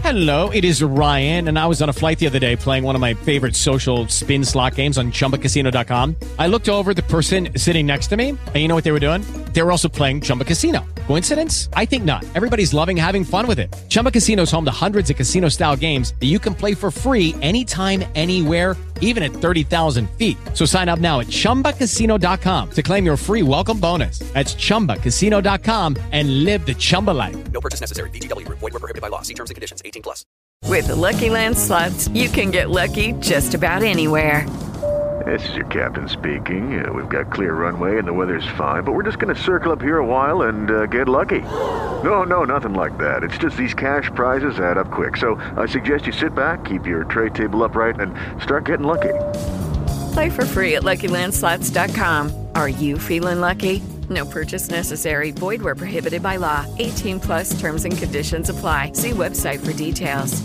Hello, it is Ryan, and I was on a flight the other day playing one of my favorite social spin slot games on ChumbaCasino.com. I looked over at the person sitting next to me, and you know what they were doing? They were also playing Chumba Casino. Coincidence? I think not. Everybody's loving having fun with it. Chumba Casino is home to hundreds of casino-style games that you can play for free anytime, anywhere, even at 30,000 feet. So sign up now at ChumbaCasino.com to claim your free welcome bonus. That's ChumbaCasino.com and live the Chumba life. No purchase necessary. VGW. Void were prohibited by law. See terms and conditions. 18+. With the Lucky Land Slots, you can get lucky just about anywhere. This is your captain speaking. We've got clear runway and the weather's fine, but we're just going to circle up here a while and get lucky. No, nothing like that. It's just these cash prizes add up quick. So I suggest you sit back, keep your tray table upright, and start getting lucky. Play for free at LuckyLandSlots.com. Are you feeling lucky? No purchase necessary. Void where prohibited by law. 18+ terms and conditions apply. See website for details.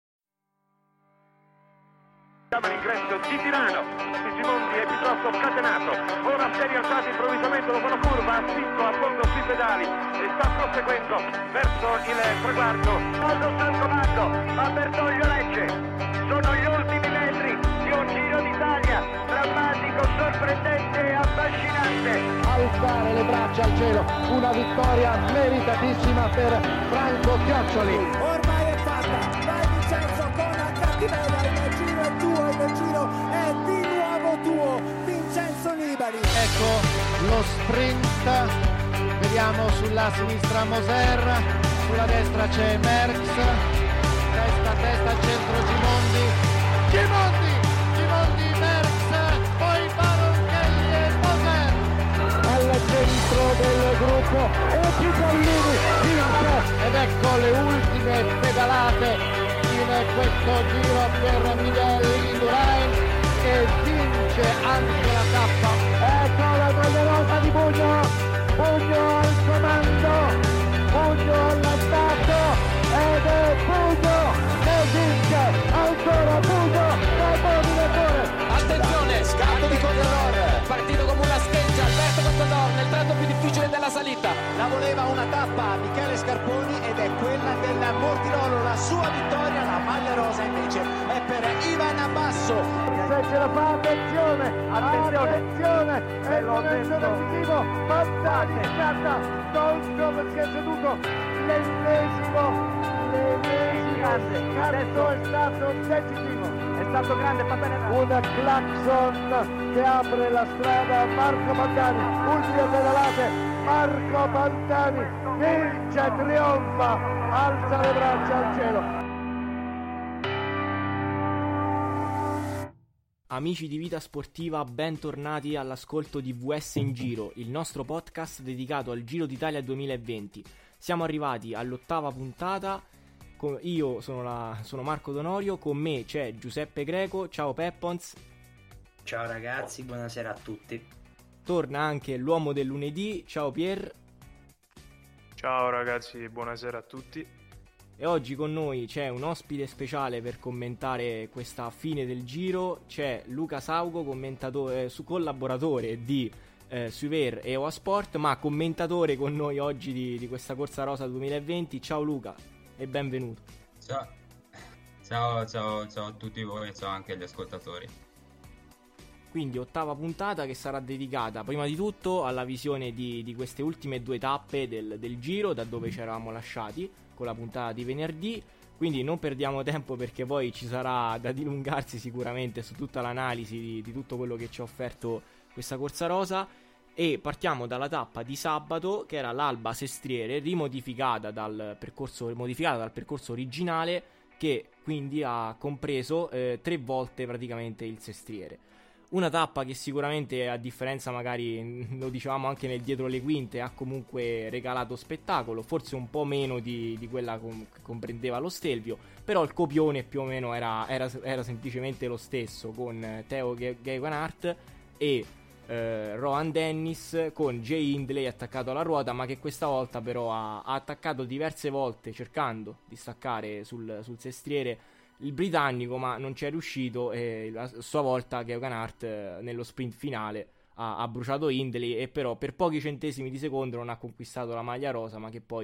L'ingresso di Tirano, Simondi è piuttosto scatenato, ora si è rialzato improvvisamente dopo la curva, ha spinto a fondo sui pedali e sta proseguendo verso il traguardo. Aldo Sancomando, a Bertoglio Lecce, sono gli ultimi metri di un Giro d'Italia, drammatico, sorprendente e affascinante. Alzare le braccia al cielo, una vittoria meritatissima per Franco Chioccioli. Ormai è fatta, vai Vincenzo con la cattiveria. Il giro è di nuovo tuo, Vincenzo Nibali. Ecco lo sprint, vediamo sulla sinistra Moser, sulla destra c'è Merckx, testa a testa al centro Gimondi, Merckx, poi Baroncelli e Moser. Al centro del gruppo e Cipollini vince, ed ecco le ultime pedalate questo giro per Miguel Indurain, che vince anche la tappa. Ecco la maglia rosa di Bugno al comando, Bugno all'attacco, ed è Bugno che vince, ancora Bugno dal motivatore. Attenzione, scatto di Contador, partito come una scheggia, Alberto Contador nel tratto più difficile della salita. La voleva una tappa Michele Scarponi ed è quella del Mortirolo, la sua vittoria. La maglia rosa invece è per Ivan Abbasso. Se ce la fa, attenzione, è il momento decisivo, Pantani scatta, Dolcio perché è seduto l'ennesimo cazzo è stato decisivo. È stato grande, una clacson che apre la strada a Marco Pantani, ultime pedalate, Marco Pantani vince, trionfa, alza le braccia al cielo. Amici di Vita Sportiva, bentornati all'ascolto di VS in Giro, il nostro podcast dedicato al Giro d'Italia 2020. Siamo arrivati all'8ª puntata. Io sono Marco Donorio, con me c'è Giuseppe Greco. Ciao Peppons. Ciao ragazzi, buonasera a tutti. Torna anche l'uomo del lunedì. Ciao Pier. Ciao ragazzi, buonasera a tutti. E oggi con noi c'è un ospite speciale per commentare questa fine del Giro. C'è Luca Saugo, collaboratore di Suiver e Oa Sport, ma commentatore con noi oggi di questa Corsa Rosa 2020. Ciao Luca e benvenuto. Ciao a tutti voi e ciao anche agli ascoltatori. Quindi 8ª puntata che sarà dedicata prima di tutto alla visione di queste ultime 2 tappe del Giro, da dove ci eravamo lasciati con la puntata di venerdì. Quindi non perdiamo tempo, perché poi ci sarà da dilungarsi sicuramente su tutta l'analisi di tutto quello che ci ha offerto questa Corsa Rosa. E partiamo dalla tappa di sabato, che era l'Alba Sestriere, modificata dal percorso originale, che quindi ha compreso 3 volte praticamente il Sestriere. Una tappa che sicuramente, a differenza, magari lo dicevamo anche nel dietro le quinte, ha comunque regalato spettacolo, forse un po' meno di quella che comprendeva lo Stelvio, però il copione più o meno era semplicemente lo stesso, con Theo Geoghegan e Rohan Dennis, con Jay Hindley attaccato alla ruota, ma che questa volta però ha attaccato diverse volte cercando di staccare sul Sestriere il britannico, ma non ci è riuscito, e a sua volta Geoghegan nello sprint finale ha bruciato Hindley, e però per pochi centesimi di secondo non ha conquistato la maglia rosa, ma che poi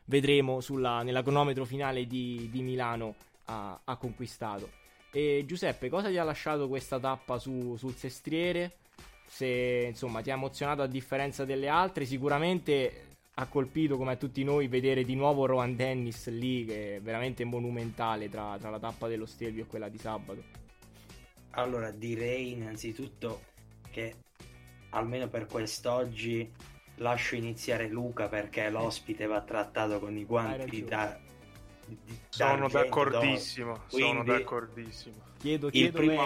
vedremo nella cronometro finale di Milano ha conquistato. E Giuseppe, cosa ti ha lasciato questa tappa sul Sestriere? Se insomma ti ha emozionato a differenza delle altre, sicuramente ha colpito come a tutti noi vedere di nuovo Rohan Dennis lì, che è veramente monumentale tra la tappa dello Stelvio e quella di sabato. Allora, direi innanzitutto che almeno per quest'oggi lascio iniziare Luca, perché l'ospite va trattato con i guanti sono d'accordissimo, Chiedo il primo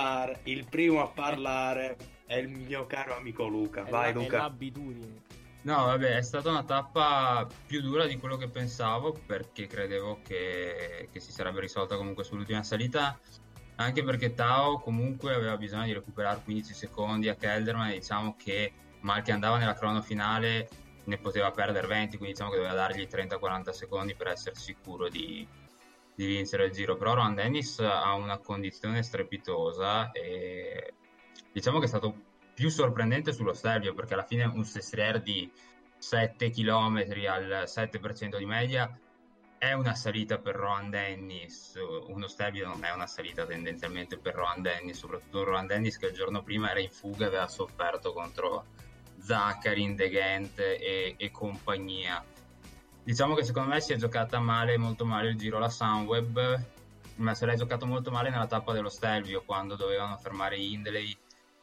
Venia. a parlare è il mio caro amico Luca. Vai Luca. È l'abitudine. No, vabbè, è stata una tappa più dura di quello che pensavo, perché credevo che si sarebbe risolta comunque sull'ultima salita, anche perché Tao comunque aveva bisogno di recuperare 15 secondi a Kelderman, e diciamo che mal che andava nella crono finale ne poteva perdere 20, quindi diciamo che doveva dargli 30-40 secondi per essere sicuro di vincere il giro. Però Rohan Dennis ha una condizione strepitosa e diciamo che è stato più sorprendente sullo Stelvio, perché alla fine un Sestriere di 7 km al 7% di media è una salita per Rohan Dennis. Uno Stelvio non è una salita tendenzialmente per Rohan Dennis, soprattutto Rohan Dennis che il giorno prima era in fuga e aveva sofferto contro Zakarin, De Gendt e compagnia. Diciamo che secondo me si è giocata molto male il giro la Sunweb, ma se l'è giocato molto male nella tappa dello Stelvio, quando dovevano fermare Hindley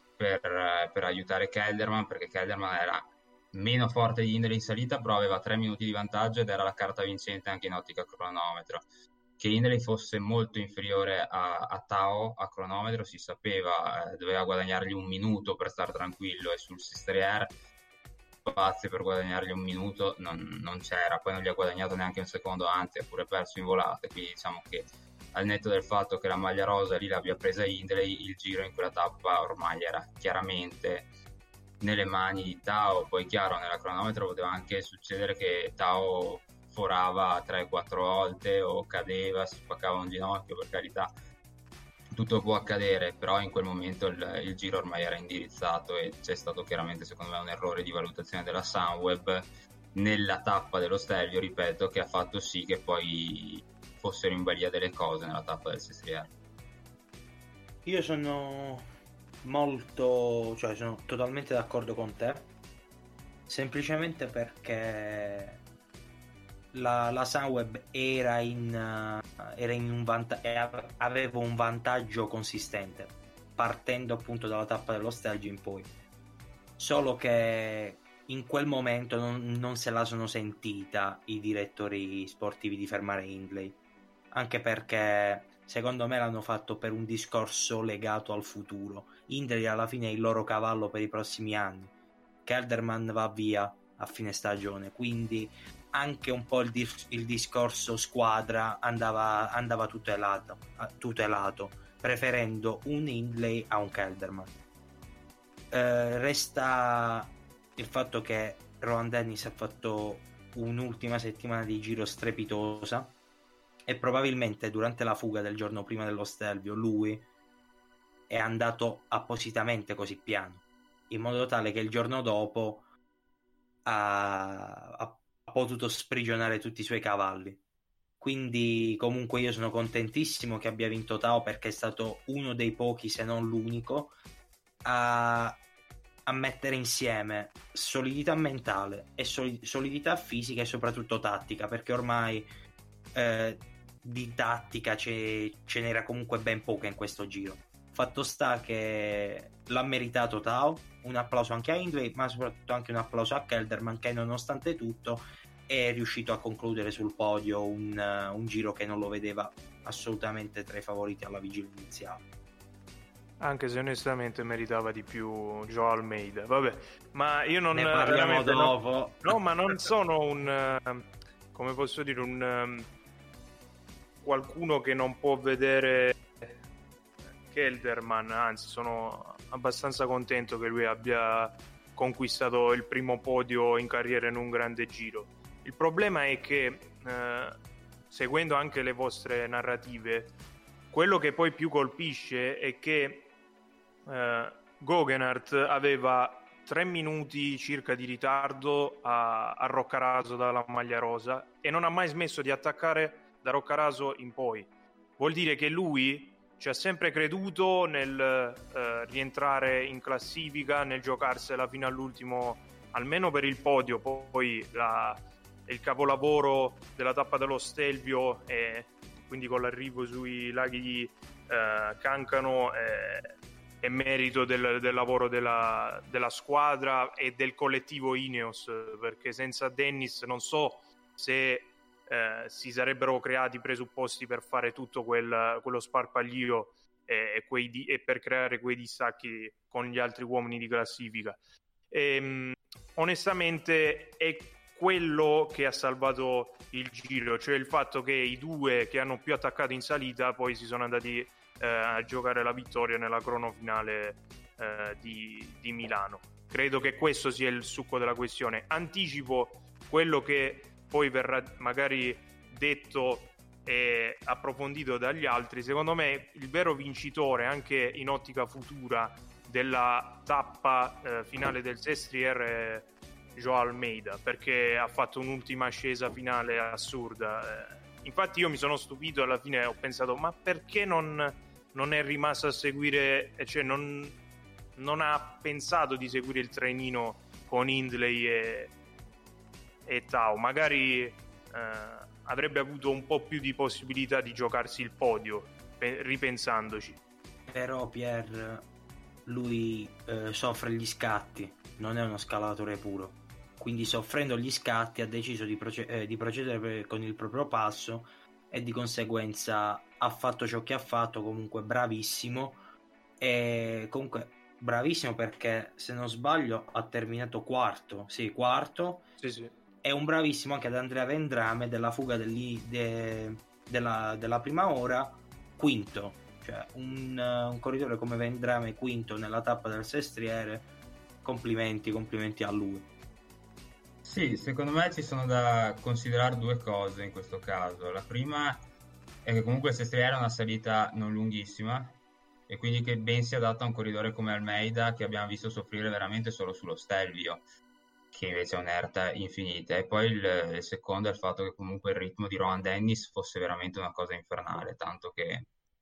per aiutare Kelderman, perché Kelderman era meno forte di Hindley in salita, però aveva 3 minuti di vantaggio ed era la carta vincente anche in ottica cronometro. Che Hindley fosse molto inferiore a Tao a cronometro si sapeva, doveva guadagnargli 1 minuto per stare tranquillo, e sul Sestriere spazio per guadagnargli 1 minuto non c'era. Poi non gli ha guadagnato neanche un secondo, anzi ha pure perso in volate, quindi diciamo che al netto del fatto che la maglia rosa lì l'abbia presa Hindley, il giro in quella tappa ormai era chiaramente nelle mani di Tao. Poi chiaro, nella cronometro poteva anche succedere che Tao forava 3-4 volte o cadeva, si spaccava un ginocchio, per carità, tutto può accadere, però in quel momento il giro ormai era indirizzato e c'è stato chiaramente secondo me un errore di valutazione della Sunweb nella tappa dello Stelvio, ripeto, che ha fatto sì che poi fossero in balia delle cose nella tappa del Sestriere. Io sono sono totalmente d'accordo con te, semplicemente perché la Sunweb aveva un vantaggio consistente partendo appunto dalla tappa dello Stelvio in poi, solo che in quel momento non se la sono sentita i direttori sportivi di fermare Hindley, anche perché secondo me l'hanno fatto per un discorso legato al futuro. Hindley alla fine è il loro cavallo per i prossimi anni, Kelderman va via a fine stagione, quindi anche un po' il discorso squadra andava tutelato, preferendo un Hindley a un Kelderman. Resta il fatto che Rohan Dennis ha fatto un'ultima settimana di giro strepitosa e probabilmente durante la fuga del giorno prima dello Stelvio lui è andato appositamente così piano, in modo tale che il giorno dopo ha potuto sprigionare tutti i suoi cavalli. Quindi comunque io sono contentissimo che abbia vinto Tao, perché è stato uno dei pochi, se non l'unico, a mettere insieme solidità mentale e solidità fisica e soprattutto tattica, perché ormai di tattica ce n'era comunque ben poca in questo giro. Fatto sta che l'ha meritato Tao, un applauso anche a Hindley, ma soprattutto anche un applauso a Kelderman, che nonostante tutto è riuscito a concludere sul podio un giro che non lo vedeva assolutamente tra i favoriti alla vigilia iniziale. Anche se onestamente meritava di più Joao Almeida. Vabbè, ma io non... Ne parliamo dopo. No, ma non sono come posso dire, qualcuno che non può vedere Kelderman, anzi sono abbastanza contento che lui abbia conquistato il primo podio in carriera in un grande giro. Il problema è che seguendo anche le vostre narrative, quello che poi più colpisce è che Goggenhardt aveva 3 minuti circa di ritardo a Roccaraso dalla maglia rosa e non ha mai smesso di attaccare da Roccaraso in poi. Vuol dire che lui ci ha sempre creduto nel rientrare in classifica, nel giocarsela fino all'ultimo, almeno per il podio. Poi il capolavoro della tappa dello Stelvio, e quindi con l'arrivo sui laghi di Cancano, è merito del lavoro della squadra e del collettivo Ineos, perché senza Dennis non so se si sarebbero creati i presupposti per fare tutto quello sparpaglio e per creare quei distacchi con gli altri uomini di classifica. Onestamente è quello che ha salvato il Giro, cioè il fatto che i due che hanno più attaccato in salita poi si sono andati a giocare la vittoria nella crono finale di Milano. Credo che questo sia il succo della questione. Anticipo quello che poi verrà magari detto e approfondito dagli altri. Secondo me il vero vincitore, anche in ottica futura, della tappa finale del Sestriere è Joao Almeida, perché ha fatto un'ultima ascesa finale assurda. Infatti io mi sono stupito, alla fine ho pensato, ma perché non è rimasto a seguire, cioè non ha pensato di seguire il trenino con Hindley e Tao? Magari avrebbe avuto un po' più di possibilità di giocarsi il podio, ripensandoci. Però Pier, lui soffre gli scatti, non è uno scalatore puro, quindi soffrendo gli scatti ha deciso di procedere con il proprio passo e di conseguenza ha fatto ciò che ha fatto. Comunque bravissimo, e comunque bravissimo perché, se non sbaglio, ha terminato quarto. Sì. È un bravissimo anche ad Andrea Vendrame della fuga della prima ora, quinto, cioè un corridore come Vendrame quinto nella tappa del Sestriere, complimenti a lui. Sì, secondo me ci sono da considerare due cose in questo caso. La prima è che comunque il Sestriere è una salita non lunghissima e quindi che ben si adatta a un corridore come Almeida, che abbiamo visto soffrire veramente solo sullo Stelvio, che invece è un'erta infinita. E poi il secondo è il fatto che comunque il ritmo di Rohan Dennis fosse veramente una cosa infernale, tanto che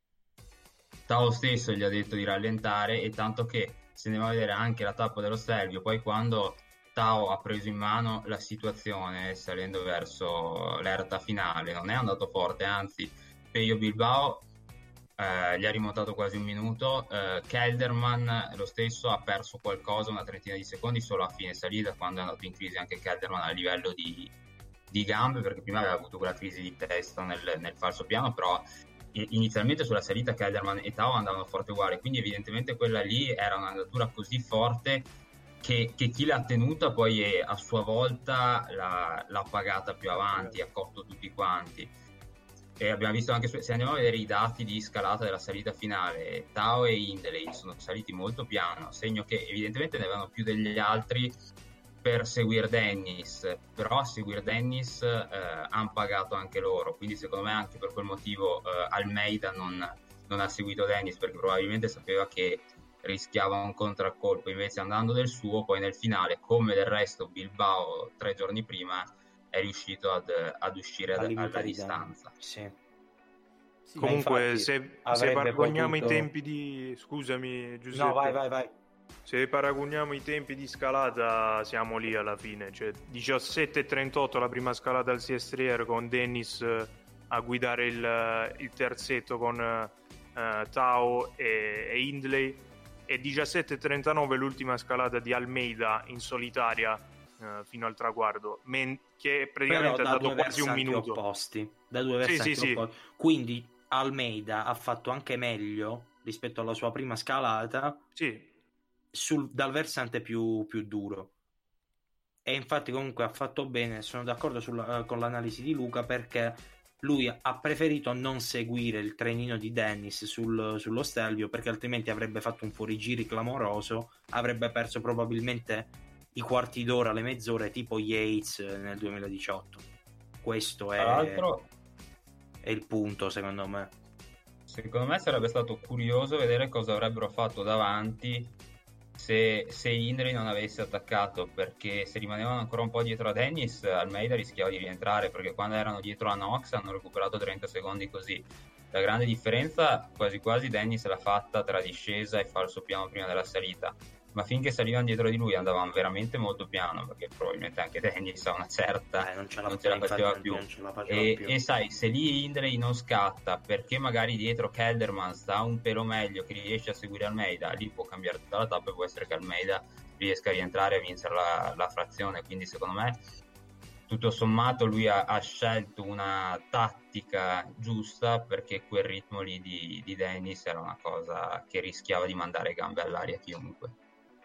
Tao stesso gli ha detto di rallentare, e tanto che se andiamo a vedere anche la tappa dello Stelvio, poi quando Tao ha preso in mano la situazione salendo verso l'erta finale non è andato forte, anzi Pello Bilbao gli ha rimontato quasi un minuto. Kelderman lo stesso ha perso qualcosa, una trentina di secondi solo a fine salita, quando è andato in crisi anche Kelderman a livello di gambe, perché prima aveva avuto quella crisi di testa nel falso piano, però inizialmente sulla salita Kelderman e Tao andavano forte uguali, quindi evidentemente quella lì era un'andatura così forte che chi l'ha tenuta poi a sua volta l'ha pagata più avanti, ha cotto tutti quanti. E abbiamo visto anche, se andiamo a vedere i dati di scalata della salita finale, Tao e Hindley sono saliti molto piano, segno che evidentemente ne avevano più degli altri per seguire Dennis, però a seguire Dennis hanno pagato anche loro, quindi secondo me anche per quel motivo Almeida non ha seguito Dennis, perché probabilmente sapeva che rischiava un contraccolpo. Invece, andando del suo, poi nel finale, come del resto Bilbao 3 giorni prima, è riuscito ad uscire alla distanza. Sì. Comunque se paragoniamo i tempi di... Scusami Giuseppe. No, vai. Se paragoniamo i tempi di scalata siamo lì alla fine, cioè 17:38 la prima scalata al Sestriere con Dennis a guidare il terzetto con Tao e Hindley, e 17:39 l'ultima scalata di Almeida in solitaria fino al traguardo, che praticamente ha dato quasi un minuto. Da due versanti opposti. Quindi Almeida ha fatto anche meglio rispetto alla sua prima scalata, dal versante più duro, e infatti comunque ha fatto bene. Sono d'accordo con l'analisi di Luca, perché lui ha preferito non seguire il trenino di Dennis sullo Stelvio, perché altrimenti avrebbe fatto un fuorigiri clamoroso, avrebbe perso probabilmente i quarti d'ora, le mezz'ore, tipo Yates nel 2018. Questo è il punto, secondo me. Secondo me sarebbe stato curioso vedere cosa avrebbero fatto davanti se Hindley non avesse attaccato, perché se rimanevano ancora un po' dietro a Dennis, Almeida rischiava di rientrare, perché quando erano dietro a Knox hanno recuperato 30 secondi così. La grande differenza quasi quasi Dennis l'ha fatta tra discesa e falso piano prima della salita, ma finché salivano dietro di lui andavano veramente molto piano, perché probabilmente anche Dennis a una certa non ce la faceva più. E sai, se lì Hindley non scatta perché magari dietro Kelderman sta un pelo meglio che riesce a seguire Almeida, lì può cambiare tutta la tappa e può essere che Almeida riesca a rientrare e a vincere la frazione. Quindi secondo me tutto sommato lui ha scelto una tattica giusta, perché quel ritmo lì di Dennis era una cosa che rischiava di mandare gambe all'aria chiunque.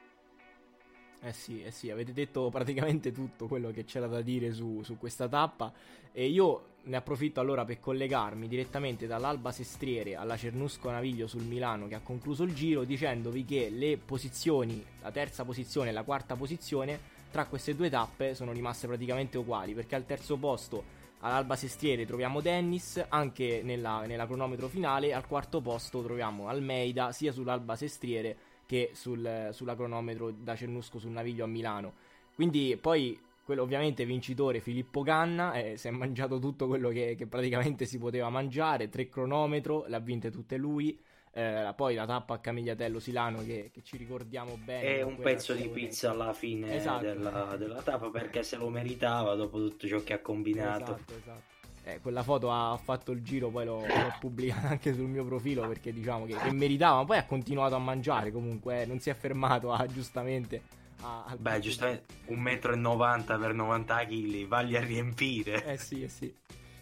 Eh sì, avete detto praticamente tutto quello che c'era da dire su questa tappa, e io ne approfitto allora per collegarmi direttamente dall'Alba Sestriere alla Cernusco Naviglio sul Milano, che ha concluso il giro, dicendovi che le posizioni, la terza posizione e la quarta posizione tra queste due tappe sono rimaste praticamente uguali, perché al terzo posto all'Alba Sestriere troviamo Dennis anche nella cronometro finale, al quarto posto troviamo Almeida sia sull'Alba Sestriere che sulla cronometro da Cernusco sul Naviglio a Milano. Quindi poi quello ovviamente vincitore Filippo Ganna, si è mangiato tutto quello che praticamente si poteva mangiare, 3 cronometro, le ha vinte tutte lui. Poi la tappa a Camigliatello Silano che ci ricordiamo bene, è un pezzo di pizza alla fine, esatto, della tappa, perché se lo meritava dopo tutto ciò che ha combinato. Esatto. Quella foto ha fatto il giro, poi l'ho pubblicata anche sul mio profilo, perché diciamo che meritava, ma poi ha continuato a mangiare comunque, non si è fermato giustamente giustamente 1,90 m per 90 kg, vagli a riempire. Sì.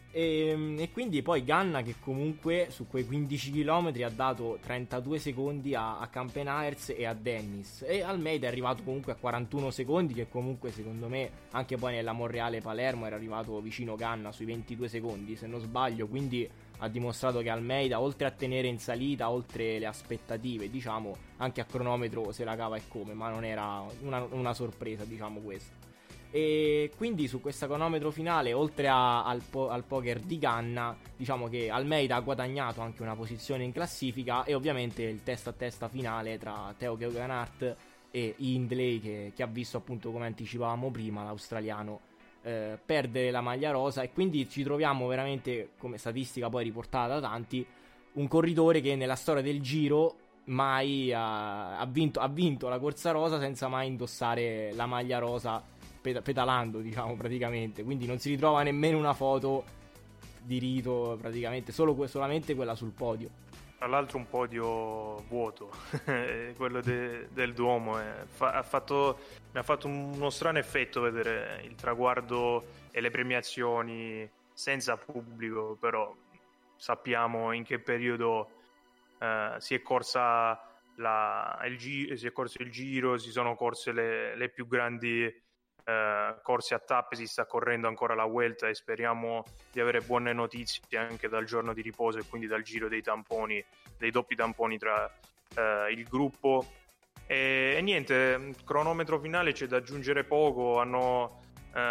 E quindi poi Ganna, che comunque su quei 15 km ha dato 32 secondi a Kampenaerts e a Dennis, e Almeida è arrivato comunque a 41 secondi, che comunque secondo me anche poi nella Monreale Palermo era arrivato vicino Ganna sui 22 secondi se non sbaglio, quindi ha dimostrato che Almeida, oltre a tenere in salita, oltre le aspettative, diciamo, anche a cronometro se la cava e come, ma non era una sorpresa, diciamo, questo. E quindi su questa cronometro finale, oltre al poker di Ganna, diciamo che Almeida ha guadagnato anche una posizione in classifica, e ovviamente il testa a testa finale tra Theo Geoghegan e Hindley, che ha visto, appunto, come anticipavamo prima, l'australiano perdere la maglia rosa, e quindi ci troviamo veramente, come statistica poi riportata da tanti, un corridore che nella storia del Giro mai ha vinto la corsa rosa senza mai indossare la maglia rosa pedalando, diciamo, praticamente. Quindi non si ritrova nemmeno una foto di rito, praticamente solamente quella sul podio. Tra l'altro un podio vuoto, quello del Duomo, mi ha fatto uno strano effetto vedere il traguardo e le premiazioni senza pubblico, però sappiamo in che periodo si è corso il Giro, si sono corse le più grandi corse a tappe, si sta correndo ancora la Vuelta, e speriamo di avere buone notizie anche dal giorno di riposo, e quindi dal giro dei tamponi, dei doppi tamponi tra il gruppo. E niente, cronometro finale c'è da aggiungere poco, hanno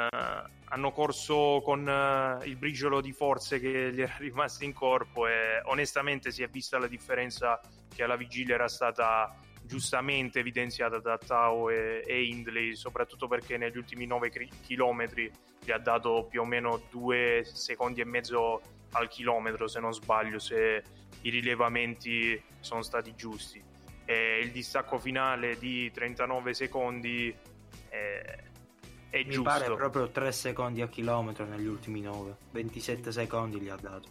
corso con il briciolo di forze che gli era rimasto in corpo, e onestamente si è vista la differenza che alla vigilia era stata giustamente evidenziata da Tao e Hindley, soprattutto perché negli ultimi 9 chilometri gli ha dato più o meno 2 secondi e mezzo al chilometro, se non sbaglio, se i rilevamenti sono stati giusti, e il distacco finale di 39 secondi è mi giusto. pare proprio 3 secondi a chilometro negli ultimi 9, 27 secondi gli ha dato.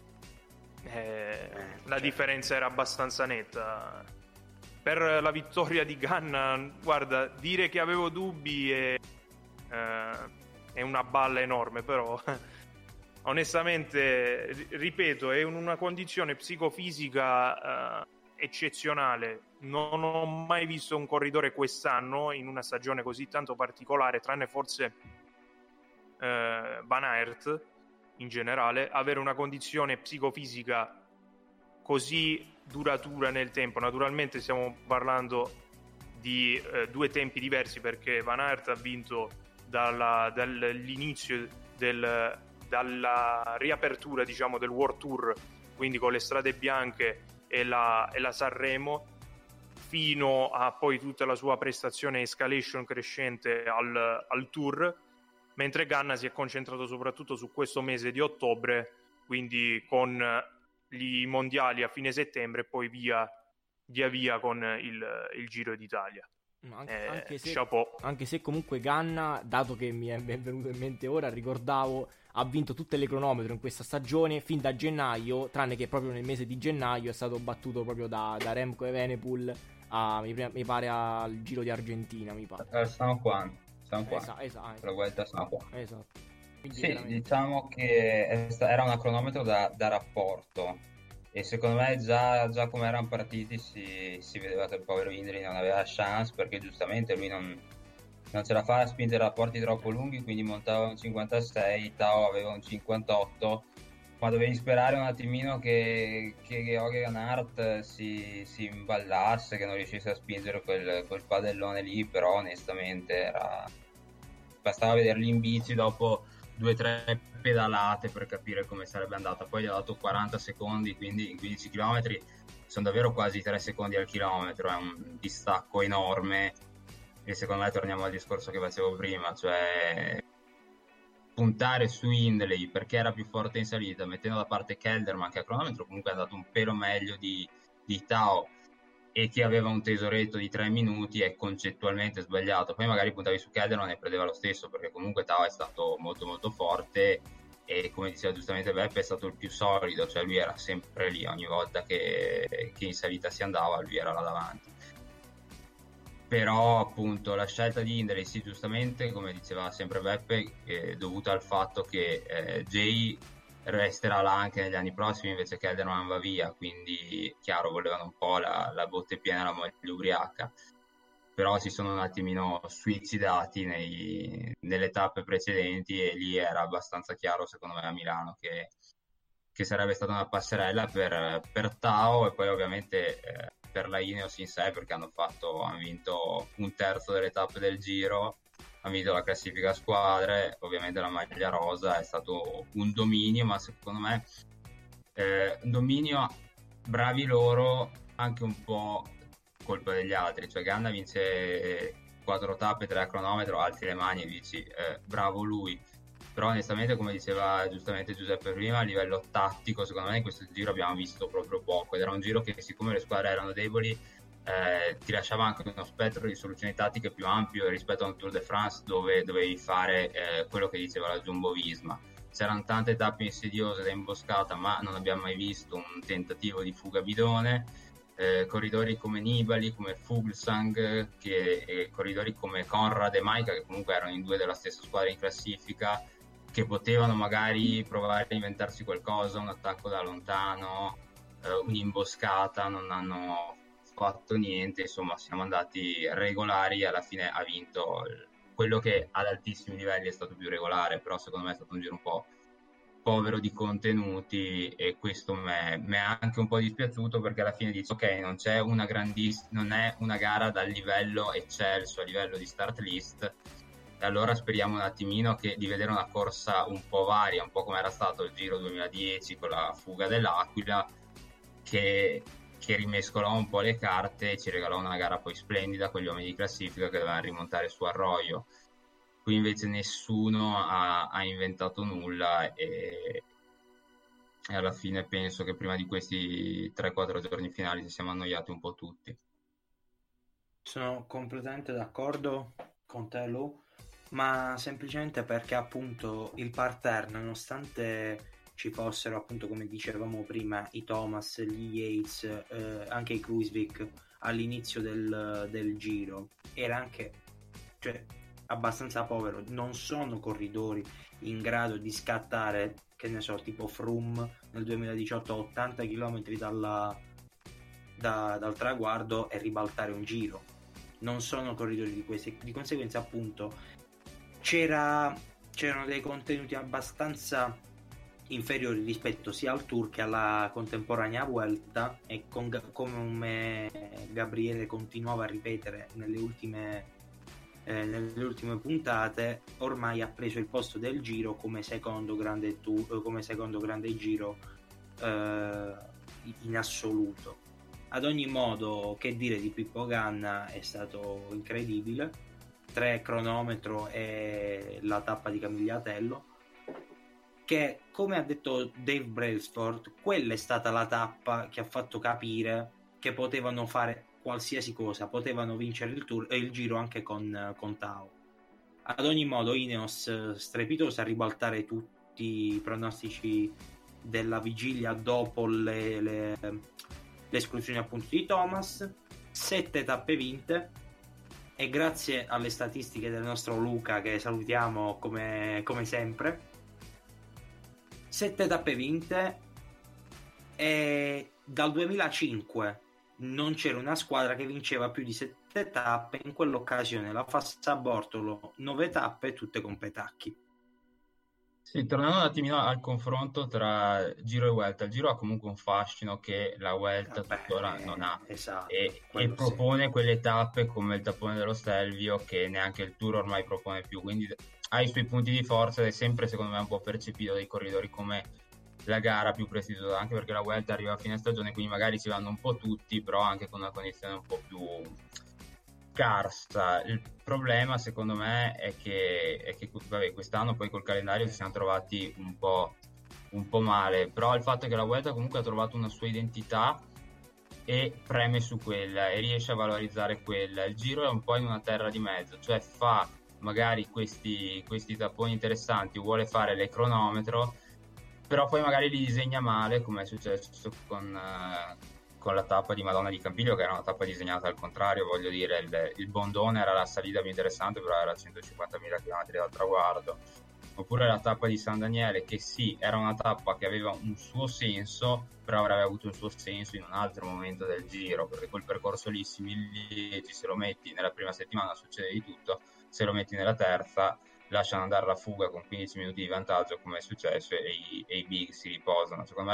La differenza era abbastanza netta. Per la vittoria di Ganna, guarda, dire che avevo dubbi è una balla enorme, però onestamente, ripeto, è in una condizione psicofisica eccezionale. Non ho mai visto un corridore quest'anno in una stagione così tanto particolare, tranne forse Van Aert in generale, avere una condizione psicofisica così duratura nel tempo. Naturalmente stiamo parlando di 2 tempi diversi, perché Van Aert ha vinto dall'inizio dalla riapertura, diciamo, del World Tour, quindi con le strade bianche e la Sanremo, fino a poi tutta la sua prestazione escalation crescente al Tour, mentre Ganna si è concentrato soprattutto su questo mese di ottobre, quindi con gli mondiali a fine settembre e poi via via con il Giro d'Italia. Anche se comunque Ganna, dato che mi è venuto in mente ora, ricordavo, ha vinto tutte le cronometro in questa stagione fin da gennaio, tranne che proprio nel mese di gennaio è stato battuto proprio da Remco Evenepoel mi pare al Giro di Argentina, mi pare. Stiamo qua. Esatto. La Vuelta stiamo qua. Esatto. Quindi Sì, veramente... diciamo che era una cronometro da rapporto, e secondo me già come erano partiti si vedeva che il povero Hindley non aveva chance, perché giustamente lui non ce la fa a spingere rapporti troppo lunghi, quindi montava un 56, Tao aveva un 58, ma dovevi sperare un attimino che Jorgen Hart si imballasse, che non riuscisse a spingere quel padellone lì, però onestamente bastava vederli in bici dopo 2-3 pedalate per capire come sarebbe andata. Poi gli ha dato 40 secondi, quindi in 15 km sono davvero quasi 3 secondi al chilometro, è un distacco enorme. E secondo me torniamo al discorso che facevo prima, cioè puntare su Hindley perché era più forte in salita, mettendo da parte Kelderman, che a cronometro comunque è andato un pelo meglio di Tao e che aveva un tesoretto di 3 minuti, è concettualmente sbagliato. Poi magari puntavi su Kelderman e prendeva lo stesso, perché comunque Tao è stato molto molto forte e, come diceva giustamente Beppe, è stato il più solido, cioè lui era sempre lì, ogni volta che in salita si andava lui era là davanti. Però appunto la scelta di Hindley, sì, giustamente, come diceva sempre Beppe, è dovuta al fatto che Jay resterà là anche negli anni prossimi, invece che Kelderman va via, quindi chiaro, volevano un po' la botte piena, la moglie ubriaca, però si sono un attimino suicidati nelle tappe precedenti, e lì era abbastanza chiaro secondo me a Milano che sarebbe stata una passerella per Tao, e poi ovviamente per la Ineos in sé, perché hanno vinto un terzo delle tappe del Giro, hanno vinto la classifica a squadre, ovviamente la maglia rosa, è stato un dominio, ma secondo me un dominio, bravi loro, anche un po' colpa degli altri, cioè Ganna vince 4 tappe, 3 a cronometro, alzi le mani e dici bravo lui. Però onestamente, come diceva giustamente Giuseppe prima, a livello tattico secondo me in questo giro abbiamo visto proprio poco, ed era un giro che, siccome le squadre erano deboli, ti lasciava anche uno spettro di soluzioni tattiche più ampio rispetto a un Tour de France dove dovevi fare quello che diceva la Jumbo-Visma. C'erano tante tappe insidiose da imboscata, ma non abbiamo mai visto un tentativo di fuga bidone. Corridori come Nibali, come Fuglsang, corridori come Conrad e Maika, che comunque erano in 2 della stessa squadra in classifica, che potevano magari provare a inventarsi qualcosa, un attacco da lontano, un'imboscata, non hanno fatto niente, insomma siamo andati regolari, alla fine ha vinto quello che ad altissimi livelli è stato più regolare, però secondo me è stato un giro un po' povero di contenuti, e questo mi è anche un po' dispiaciuto, perché alla fine dici ok, non è una gara dal livello eccelso a livello di start list, e allora speriamo un attimino di vedere una corsa un po' varia, un po' come era stato il Giro 2010 con la fuga dell'Aquila, che rimescolò un po' le carte e ci regalò una gara poi splendida con gli uomini di classifica che dovevano rimontare su Arroyo. Qui invece nessuno ha inventato nulla, e alla fine penso che prima di questi 3-4 giorni finali ci siamo annoiati un po' tutti. Sono completamente d'accordo con te, Lu, ma semplicemente perché appunto il parterre, nonostante ci fossero appunto, come dicevamo prima, i Thomas, gli Yates, anche i Kruijswijk all'inizio del giro, era anche abbastanza povero. Non sono corridori in grado di scattare, che ne so, tipo Froome nel 2018 a 80 km dal traguardo e ribaltare un giro. Non sono corridori di questi, di conseguenza appunto c'erano dei contenuti abbastanza inferiori rispetto sia al Tour che alla contemporanea Vuelta, e come Gabriele continuava a ripetere nelle ultime puntate, ormai ha preso il posto del Giro come secondo grande Giro in assoluto. Ad ogni modo, che dire di Pippo Ganna, è stato incredibile. 3 cronometro e la tappa di Camigliatello, che, come ha detto Dave Brailsford, quella è stata la tappa che ha fatto capire che potevano fare qualsiasi cosa, potevano vincere il Tour e il Giro anche con Tao. Ad ogni modo, Ineos strepitosa a ribaltare tutti i pronostici della vigilia dopo le esclusioni appunto di Thomas. 7 tappe vinte, e grazie alle statistiche del nostro Luca, che salutiamo come sempre, 7 tappe vinte, e dal 2005 non c'era una squadra che vinceva più di 7 tappe. In quell'occasione la Fassa-Bortolo 9 tappe, tutte con Petacchi. Sì, tornando un attimino al confronto tra Giro e Vuelta, il Giro ha comunque un fascino che la Vuelta tuttora non ha, esatto, e propone quelle tappe come il tappone dello Stelvio che neanche il Tour ormai propone più, quindi ha i suoi punti di forza ed è sempre secondo me un po' percepito dai corridori come la gara più prestigiosa, anche perché la Vuelta arriva a fine stagione, quindi magari ci vanno un po' tutti, però anche con una condizione un po' più scarsa. Il problema secondo me è che vabbè, quest'anno poi col calendario ci siamo trovati un po' male, però il fatto è che la Vuelta comunque ha trovato una sua identità e preme su quella e riesce a valorizzare quella. Il Giro è un po' in una terra di mezzo, cioè fa magari questi tapponi interessanti, vuole fare le cronometro, però poi magari li disegna male, come è successo con la tappa di Madonna di Campiglio, che era una tappa disegnata al contrario. Voglio dire, il Bondone era la salita più interessante, però era a 150.000 km dal traguardo. Oppure la tappa di San Daniele, che sì, era una tappa che aveva un suo senso, però avrebbe avuto il suo senso in un altro momento del Giro, perché quel percorso lì, Simillieti, se lo metti nella prima settimana succede di tutto, se lo metti nella terza lasciano andare la fuga con 15 minuti di vantaggio, come è successo, e i big si riposano. Secondo me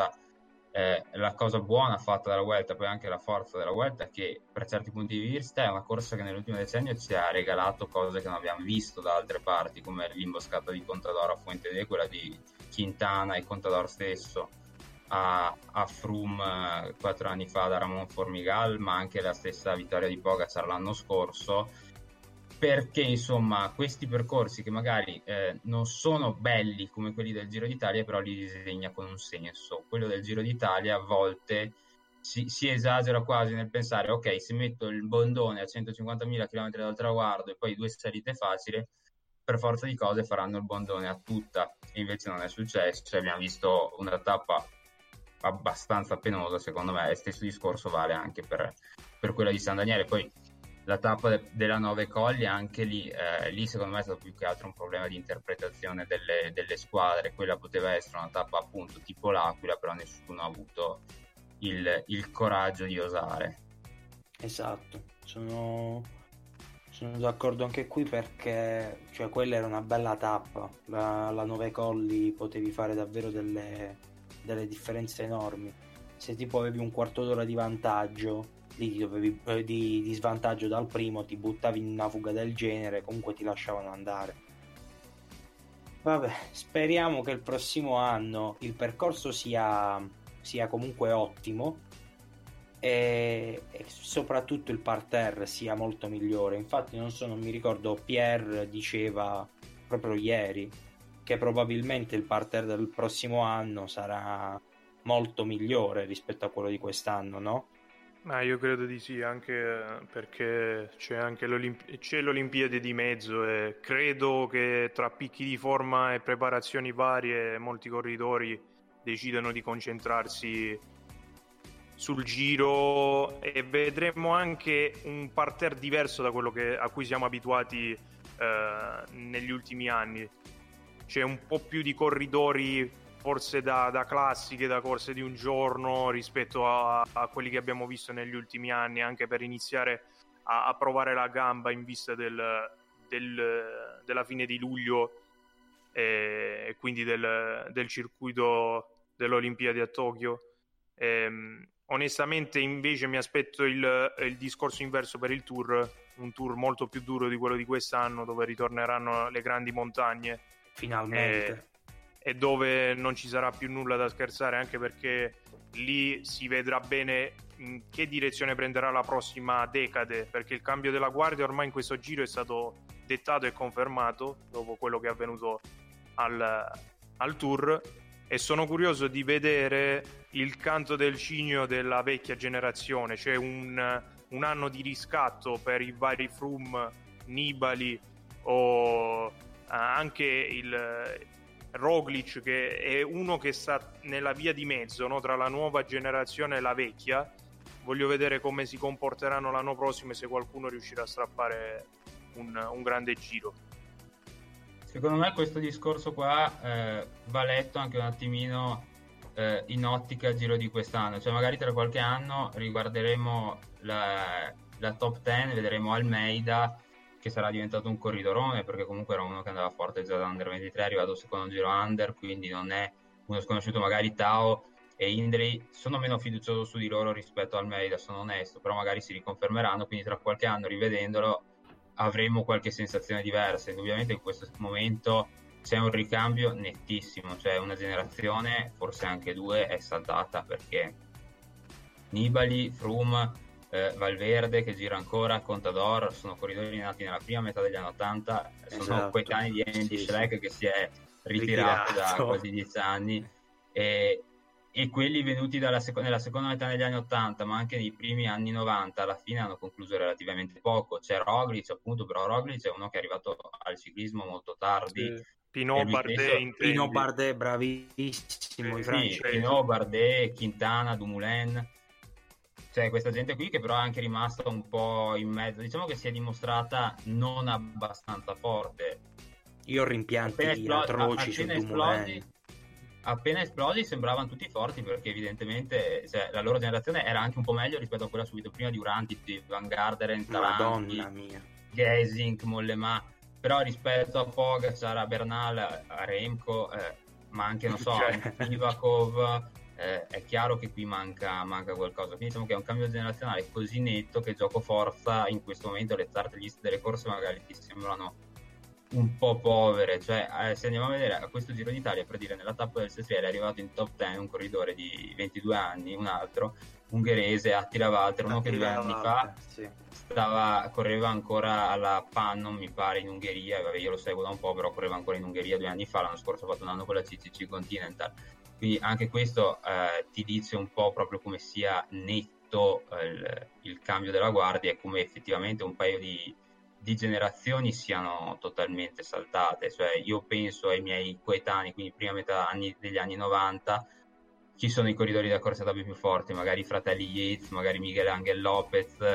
la cosa buona fatta dalla Vuelta, poi anche la forza della Vuelta, è che per certi punti di vista è una corsa che nell'ultimo decennio ci ha regalato cose che non abbiamo visto da altre parti, come l'imboscata di Contador a Fuente, quella di Quintana e Contador stesso a Froome 4 anni fa da Ramon Formigal, ma anche la stessa vittoria di Pogacar l'anno scorso, perché insomma questi percorsi che magari non sono belli come quelli del Giro d'Italia, però li disegna con un senso. Quello del Giro d'Italia a volte si esagera quasi nel pensare: ok, se metto il Bondone a 150.000 km dal traguardo e poi 2 salite facili, per forza di cose faranno il Bondone a tutta, e invece non è successo. Cioè, abbiamo visto una tappa abbastanza penosa secondo me, e stesso discorso vale anche per quella di San Daniele. Poi la tappa della Nove Colli, anche lì secondo me è stato più che altro un problema di interpretazione delle squadre. Quella poteva essere una tappa appunto tipo l'Aquila, però nessuno ha avuto il coraggio di osare. Esatto, sono d'accordo anche qui, perché cioè, quella era una bella tappa, la Nove Colli potevi fare davvero delle differenze enormi. Se tipo avevi un quarto d'ora di vantaggio, di svantaggio dal primo, ti buttavi in una fuga del genere, comunque ti lasciavano andare. Vabbè, speriamo che il prossimo anno il percorso sia comunque ottimo e soprattutto il parterre sia molto migliore. Infatti non mi ricordo, Pierre diceva proprio ieri che probabilmente il parterre del prossimo anno sarà molto migliore rispetto a quello di quest'anno, no? Ma io credo di sì, anche perché c'è anche l'Olimpiade di mezzo, e credo che tra picchi di forma e preparazioni varie molti corridori decidano di concentrarsi sul Giro, e vedremo anche un parterre diverso da quello a cui siamo abituati negli ultimi anni. C'è un po' più di corridori forse da classiche, da corse di un giorno, rispetto a quelli che abbiamo visto negli ultimi anni, anche per iniziare a provare la gamba in vista della fine di luglio e quindi del circuito dell'Olimpiadi a Tokyo. Onestamente invece mi aspetto il discorso inverso per il Tour, un Tour molto più duro di quello di quest'anno, dove ritorneranno le grandi montagne finalmente, e dove non ci sarà più nulla da scherzare, anche perché lì si vedrà bene in che direzione prenderà la prossima decade, perché il cambio della guardia ormai in questo giro è stato dettato e confermato dopo quello che è avvenuto al Tour, e sono curioso di vedere il canto del cigno della vecchia generazione, cioè un anno di riscatto per i vari Froome, Nibali o anche il Roglic, che è uno che sta nella via di mezzo, no? Tra la nuova generazione e la vecchia. Voglio vedere come si comporteranno l'anno prossimo e se qualcuno riuscirà a strappare un grande giro. Secondo me questo discorso qua va letto anche un attimino in ottica giro di quest'anno, cioè magari tra qualche anno riguarderemo la top 10, vedremo Almeida che sarà diventato un corridorone, perché comunque era uno che andava forte già da Under 23, è arrivato secondo giro Under, quindi non è uno sconosciuto. Magari Tao e Hindley sono meno fiducioso su di loro rispetto a Almeida, sono onesto, però magari si riconfermeranno, quindi tra qualche anno rivedendolo avremo qualche sensazione diversa. Indubbiamente in questo momento c'è un ricambio nettissimo, cioè una generazione, forse anche due, è saltata, perché Nibali, Froome, Valverde che gira ancora, Contador sono corridori nati nella prima metà degli anni 80, sono coetanei di Andy Schleck, che si è ritirato da quasi 10 anni, e quelli venuti nella seconda metà degli anni 80, ma anche nei primi anni 90, alla fine hanno concluso relativamente poco. C'è Roglic, appunto, però Roglic è uno che è arrivato al ciclismo molto tardi. Pinot Bardet bravissimo, Pinot, Bardet, Quintana, Dumoulin, cioè questa gente qui che però è anche rimasta un po' in mezzo, diciamo che si è dimostrata non abbastanza forte. Io ho rimpianti atroci su Dumoulin. Appena esplodi sembravano tutti forti, perché evidentemente la loro generazione era anche un po' meglio rispetto a quella subito prima di Uranti, Van Garderen, Taranti, Gesink, Mollema, però rispetto a Pogacar, a Bernal, a Remco, ma anche non so, Ivakov, è chiaro che qui manca qualcosa. Quindi diciamo che è un cambio generazionale così netto che gioco forza in questo momento le start list delle corse magari ti sembrano un po' povere. Cioè se andiamo a vedere a questo Giro d'Italia, per dire, nella tappa del Sestriere è arrivato in top 10 un corridore di 22 anni, un altro ungherese, Attila Valter, uno che 2 anni fa correva ancora alla Pannon, mi pare, in Ungheria. Vabbè, io lo seguo da un po', però correva ancora in Ungheria 2 anni fa. L'anno scorso ha fatto un anno con la CCC Continental, quindi anche questo ti dice un po' proprio come sia netto il cambio della guardia e come effettivamente un paio di generazioni siano totalmente saltate. Cioè io penso ai miei coetanei, quindi prima metà degli anni 90, chi sono i corridori da corsetta più forti? Magari i fratelli Yates, magari Miguel Angel Lopez,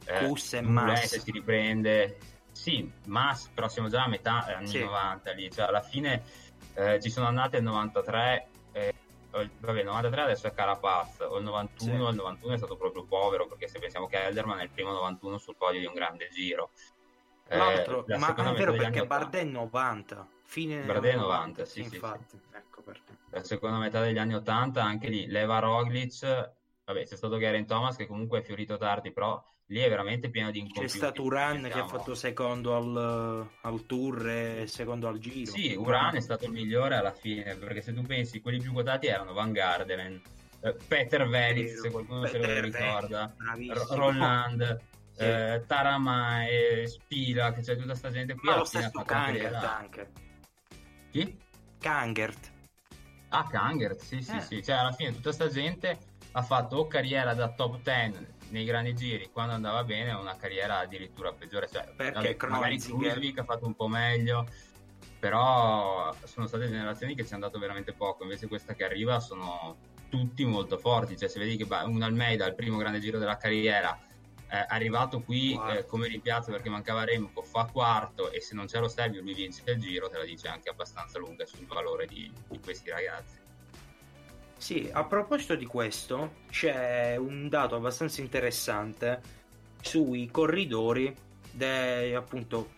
Mas si riprende, sì, Mas, però siamo già a metà anni 90 lì, cioè alla fine ci sono andate il 93, vabbè, il 93 adesso è Carapaz, o il 91, il 91 è stato proprio povero, perché se pensiamo che Elderman è il primo 91 sul podio di un grande giro. L'altro, ma è vero, perché Bardet 90, fine Bardet 90, sì, infatti, sì. Ecco perché. La seconda metà degli anni 80, anche lì leva Roglic, vabbè, c'è stato Geraint Thomas che comunque è fiorito tardi, però lì è veramente pieno di incompiuti. C'è stato Uran che ha fatto secondo al Tour e secondo al Giro. Sì, Uran è stato il migliore alla fine, perché se tu pensi, quelli più quotati erano Van Garderen, Peter Veritz, se qualcuno se lo ricorda, Roland, Tarama, Spila, che c'è tutta sta gente qui. Ma lo stesso Kangert anche. Chi? Kangert. Kangert, sì, cioè alla fine tutta sta gente ha fatto o carriera da top 10 nei grandi giri quando andava bene, o una carriera addirittura peggiore, cioè perché magari Kruijswijk ha fatto un po' meglio, però sono state generazioni che ci hanno dato veramente poco. Invece questa che arriva sono tutti molto forti, cioè se vedi che un Almeida al primo grande giro della carriera arrivato qui come rimpiazzo perché mancava Remco, fa quarto, e se non c'è lo Stelvio lui vince il giro, te la dice anche abbastanza lunga sul valore di questi ragazzi. Sì, a proposito di questo c'è un dato abbastanza interessante sui corridori appunto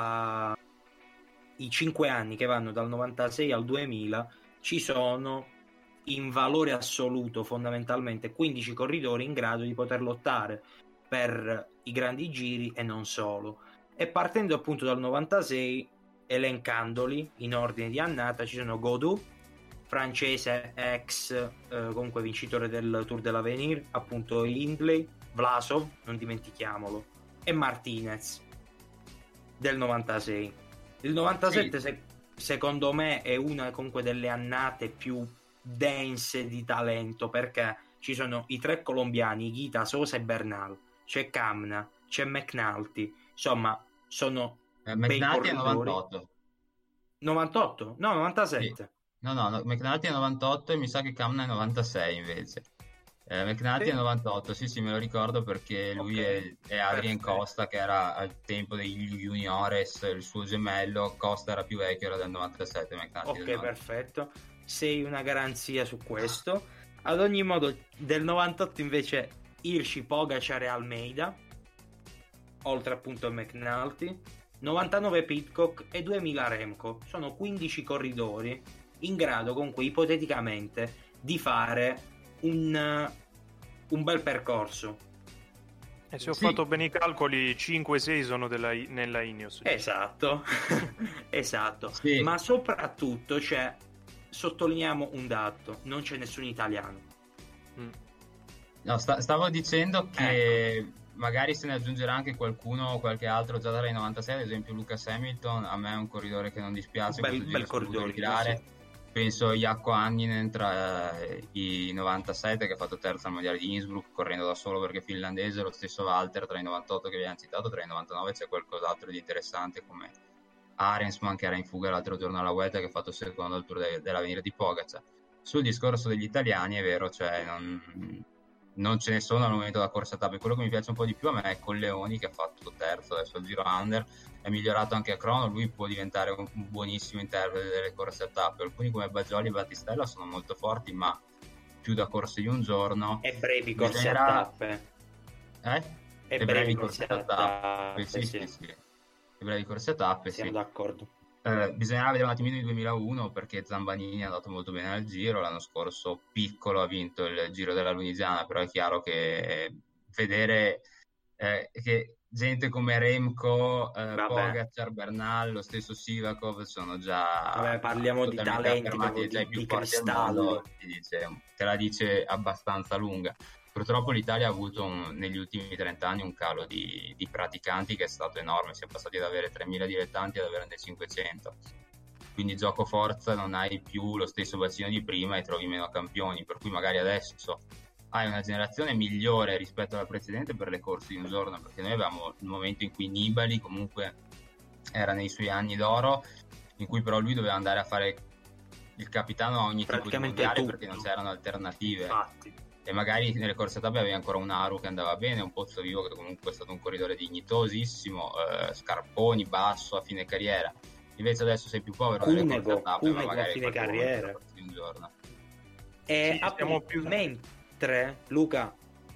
i 5 anni che vanno dal 96 al 2000. Ci sono in valore assoluto fondamentalmente 15 corridori in grado di poter lottare per i grandi giri e non solo, e partendo appunto dal 96, elencandoli in ordine di annata, ci sono Gaudu, francese ex comunque vincitore del Tour de l'Avenir, appunto Hindley, Vlasov, non dimentichiamolo, e Martinez del 96. Il 97 secondo me è una comunque delle annate più dense di talento, perché ci sono i tre colombiani, Guita, Sosa e Bernal, c'è Camna, c'è McNulty, insomma sono bei McNulty è corridori. 98. 98? No, 97. Sì. No, McNulty è 98 e mi sa che Camna è 96 invece. McNulty Sì. è 98, sì, me lo ricordo perché lui è Adrien Perfetto. Costa, che era al tempo degli juniores, il suo gemello. Costa era più vecchio, era del 97, McNulty Ok, del 98. perfetto. Sei una garanzia su questo. Ad ogni modo, del 98 invece Hirschi, Pogacar e Almeida, oltre appunto a McNulty. 99 Pidcock e 2000 Remco. Sono 15 corridori in grado comunque ipoteticamente di fare un bel percorso. E se ho fatto bene i calcoli, 5-6 sono nella Ineos. Esatto. Esatto. Sì. Ma soprattutto sottolineiamo un dato: non c'è nessun italiano. No, stavo dicendo che magari se ne aggiungerà anche qualcuno o qualche altro già dai 96, ad esempio Lucas Hamilton. A me è un corridore che non dispiace, Bel corridore, tirare. sì. Penso Jaakko Anninen tra i 97, che ha fatto terzo al mondiale di Innsbruck correndo da solo perché è finlandese, lo stesso Walter tra i 98 che abbiamo citato. Tra i 99 c'è qualcos'altro di interessante come Arensman, che era in fuga l'altro giorno alla Vuelta, che ha fatto secondo al Tour dell'Avenir di Pogacar. Sul discorso degli italiani è vero, cioè non ce ne sono al momento della corsa tappe. Quello che mi piace un po' di più a me è Colleoni, che ha fatto terzo adesso al Giro Under, è migliorato anche a crono. Lui può diventare un buonissimo interprete delle corse a tappe. Alcuni come Baggioli e Battistella sono molto forti, ma più da corse di un giorno E brevi corse a tappe. E brevi corse a tappe, sì. E brevi corse a tappe, siamo d'accordo. Bisognerà vedere un attimino il 2001, perché Zambanini è andato molto bene al Giro. L'anno scorso Piccolo ha vinto il Giro della Lunigiana, però è chiaro che vedere che gente come Remco, Pogacar, Bernal, lo stesso Sivakov sono già parliamo di talenti affermati, già i più di forti al mondo, te la dice abbastanza lunga. Purtroppo l'Italia ha avuto negli ultimi 30 anni un calo di praticanti che è stato enorme. Siamo passati ad avere 3.000 dilettanti ad averne 500. Quindi gioco forza non hai più lo stesso bacino di prima e trovi meno campioni, per cui magari adesso hai una generazione migliore rispetto alla precedente per le corse di un giorno, perché noi avevamo il momento in cui Nibali comunque era nei suoi anni d'oro, in cui però lui doveva andare a fare il capitano a ogni tipo di mondiale perché non c'erano alternative. Infatti. E magari nelle corse a tappe avevi ancora un Aru che andava bene, un Pozzovivo che comunque è stato un corridore dignitosissimo, Scarponi, basso a fine carriera. Invece adesso sei più povero nelle corse a tappe, ma magari a fine carriera. Un giorno. E mentre Luca,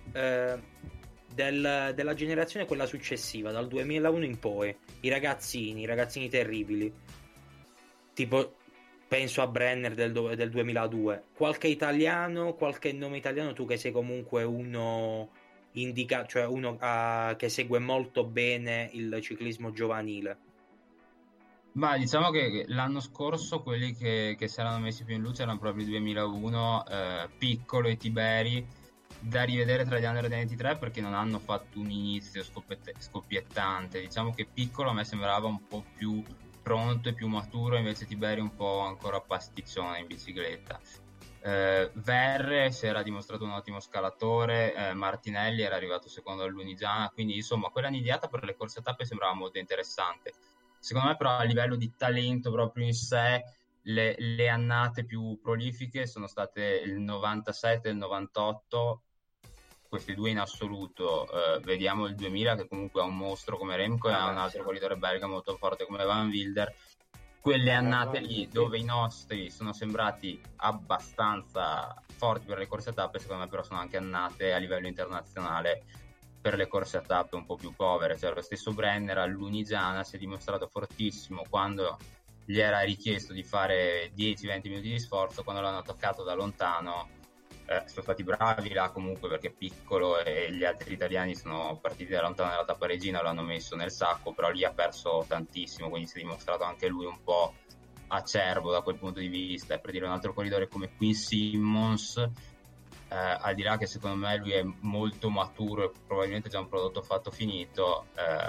della generazione quella successiva, dal 2001 in poi, i ragazzini terribili, tipo penso a Brenner del 2002, qualche nome italiano, tu che sei comunque uno cioè uno che segue molto bene il ciclismo giovanile? Ma diciamo che l'anno scorso quelli che si erano messi più in luce erano proprio il 2001, Piccolo e Tiberi, da rivedere tra gli under 23 perché non hanno fatto un inizio scoppiettante. Diciamo che Piccolo a me sembrava un po' più pronto e più maturo, invece Tiberi un po' ancora pasticcione in bicicletta. Verre si era dimostrato un ottimo scalatore, Martinelli era arrivato secondo all'Unigiana, quindi insomma quella nidiata per le corse a tappe sembrava molto interessante. Secondo me però a livello di talento proprio in sé le annate più prolifiche sono state il 97 e il 98, questi due in assoluto. Vediamo il 2000 che comunque ha un mostro come Remco e ha un altro corridore belga molto forte come Van Wilder. Quelle annate lì dove i nostri sono sembrati abbastanza forti per le corse a tappe, secondo me però sono anche annate a livello internazionale per le corse a tappe un po' più povere. Cioè lo stesso Brenner all'Unigiana si è dimostrato fortissimo quando gli era richiesto di fare 10-20 minuti di sforzo, quando l'hanno attaccato da lontano sono stati bravi là comunque, perché Piccolo e gli altri italiani sono partiti da lontano nella tappa regina, l'hanno messo nel sacco, però lì ha perso tantissimo, quindi si è dimostrato anche lui un po' acerbo da quel punto di vista. E per dire, un altro corridore come Quinn Simmons, al di là che secondo me lui è molto maturo e probabilmente già un prodotto fatto finito,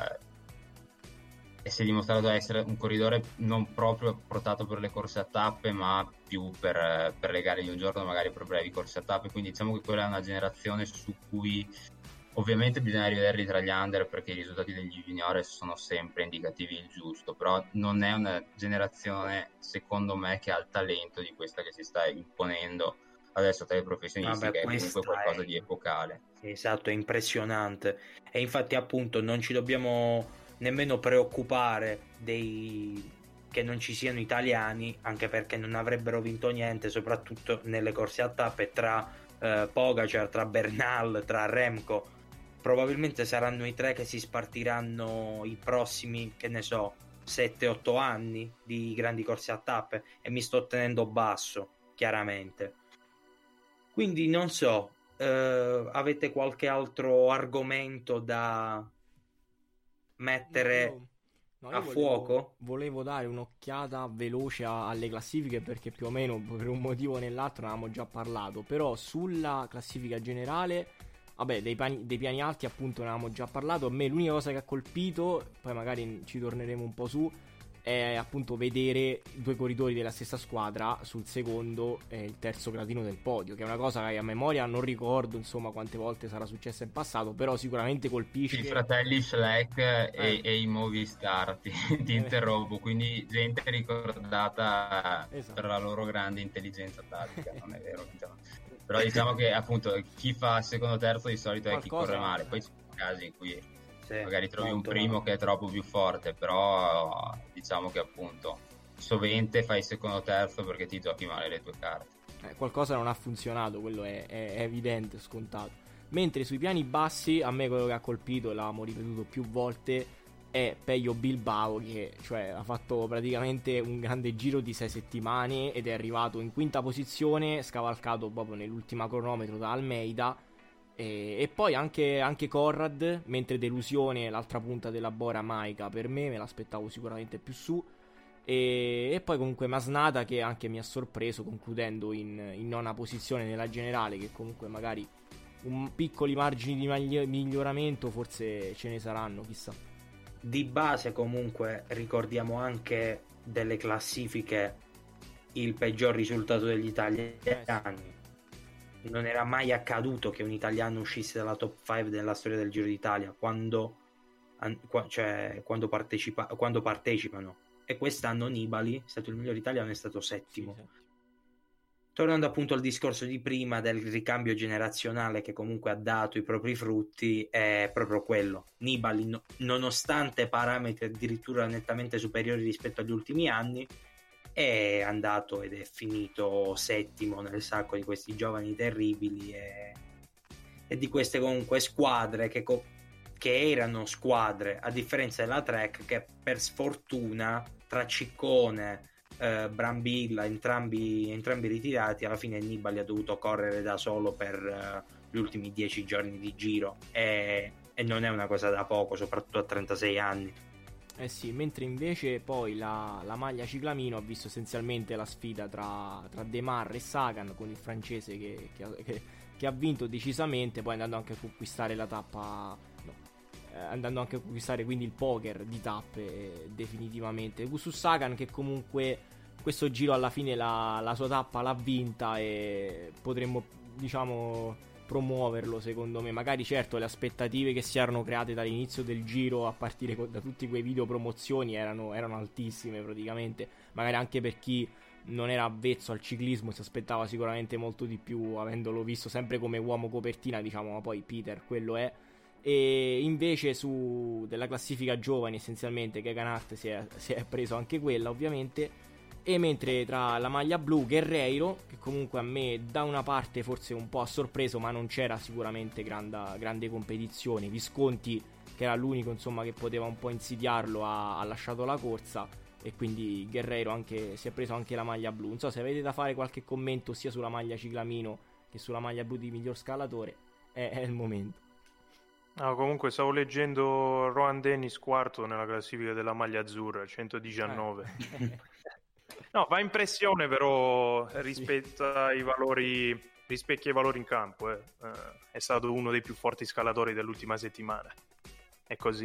e si è dimostrato essere un corridore non proprio portato per le corse a tappe, ma più per le gare di un giorno, magari per brevi corse a tappe. Quindi diciamo che quella è una generazione su cui ovviamente bisogna rivederli tra gli under, perché i risultati degli juniores sono sempre indicativi il giusto, però non è una generazione secondo me che ha il talento di questa che si sta imponendo adesso tra i professionisti. Vabbè, che è comunque qualcosa di epocale. Esatto, è impressionante. E infatti appunto non ci dobbiamo nemmeno preoccupare che non ci siano italiani, anche perché non avrebbero vinto niente, soprattutto nelle corse a tappe, tra Pogacar, tra Bernal, tra Remco. Probabilmente saranno i tre che si spartiranno i prossimi, che ne so, 7-8 anni di grandi corse a tappe, e mi sto tenendo basso, chiaramente. Quindi non so, avete qualche altro argomento da mettere a fuoco? Volevo dare un'occhiata veloce alle classifiche, perché più o meno per un motivo o nell'altro ne avevamo già parlato, però sulla classifica generale, vabbè, dei piani alti appunto ne avevamo già parlato. A me l'unica cosa che ha colpito, poi magari ci torneremo un po' su, è appunto vedere due corridori della stessa squadra sul secondo e il terzo gradino del podio, che è una cosa che a memoria non ricordo insomma quante volte sarà successa in passato, però sicuramente colpisce. I fratelli Schleck e i Movistar, ti interrompo, quindi gente ricordata, esatto, per la loro grande intelligenza tattica, non è vero, però diciamo che appunto chi fa secondo terzo di solito è chi corre male, poi ci sono casi in cui magari trovi un primo che è troppo più forte, però diciamo che appunto sovente fai secondo terzo perché ti giochi male le tue carte. Qualcosa non ha funzionato, quello è evidente, scontato. Mentre sui piani bassi, a me quello che ha colpito, e l'avevamo ripetuto più volte, è Pello Bilbao, che cioè ha fatto praticamente un grande giro di 6 settimane ed è arrivato in quinta posizione, scavalcato proprio nell'ultima cronometro da Almeida. E poi anche Conrad, mentre delusione l'altra punta della Bora Maika, per me l'aspettavo sicuramente più su, e poi comunque Masnada, che anche mi ha sorpreso concludendo in nona posizione nella generale, che comunque magari piccoli margini di miglioramento forse ce ne saranno, chissà. Di base comunque ricordiamo anche delle classifiche il peggior risultato degli italiani. Non era mai accaduto che un italiano uscisse dalla top 5 della storia del Giro d'Italia quando partecipano. E quest'anno Nibali è stato il miglior italiano, è stato settimo. Sì. Tornando appunto al discorso di prima del ricambio generazionale che comunque ha dato i propri frutti, è proprio quello. Nibali, nonostante parametri addirittura nettamente superiori rispetto agli ultimi anni, è andato ed è finito settimo nel sacco di questi giovani terribili e di queste comunque squadre che erano squadre, a differenza della Trek, che per sfortuna tra Ciccone, Brambilla, entrambi ritirati, alla fine Nibali ha dovuto correre da solo per gli ultimi 10 giorni di giro, e non è una cosa da poco, soprattutto a 36 anni. Eh sì, mentre invece poi la maglia ciclamino ha visto essenzialmente la sfida tra De Mar e Sagan, con il francese che ha vinto decisamente, poi andando anche a conquistare la tappa, andando anche a conquistare quindi il poker di tappe definitivamente. Su Sagan, che comunque questo giro alla fine la sua tappa l'ha vinta, e potremmo diciamo promuoverlo secondo me. Magari certo le aspettative che si erano create dall'inizio del giro, a partire da tutti quei video promozioni, erano altissime praticamente, magari anche per chi non era avvezzo al ciclismo si aspettava sicuramente molto di più, avendolo visto sempre come uomo copertina, diciamo, ma poi Peter quello è. E invece della classifica giovani essenzialmente Kegan Hart si è preso anche quella ovviamente. E mentre tra la maglia blu Guerreiro, che comunque a me da una parte forse un po' ha sorpreso, ma non c'era sicuramente grande competizione. Visconti, che era l'unico insomma che poteva un po' insidiarlo, ha lasciato la corsa, e quindi Guerreiro si è preso anche la maglia blu. Non so se avete da fare qualche commento sia sulla maglia ciclamino che sulla maglia blu di miglior scalatore, è il momento. Comunque stavo leggendo Rohan Dennis quarto nella classifica della maglia azzurra, 119. No, fa impressione però rispetto ai valori, rispecchia i valori in campo. È stato uno dei più forti scalatori dell'ultima settimana. È così.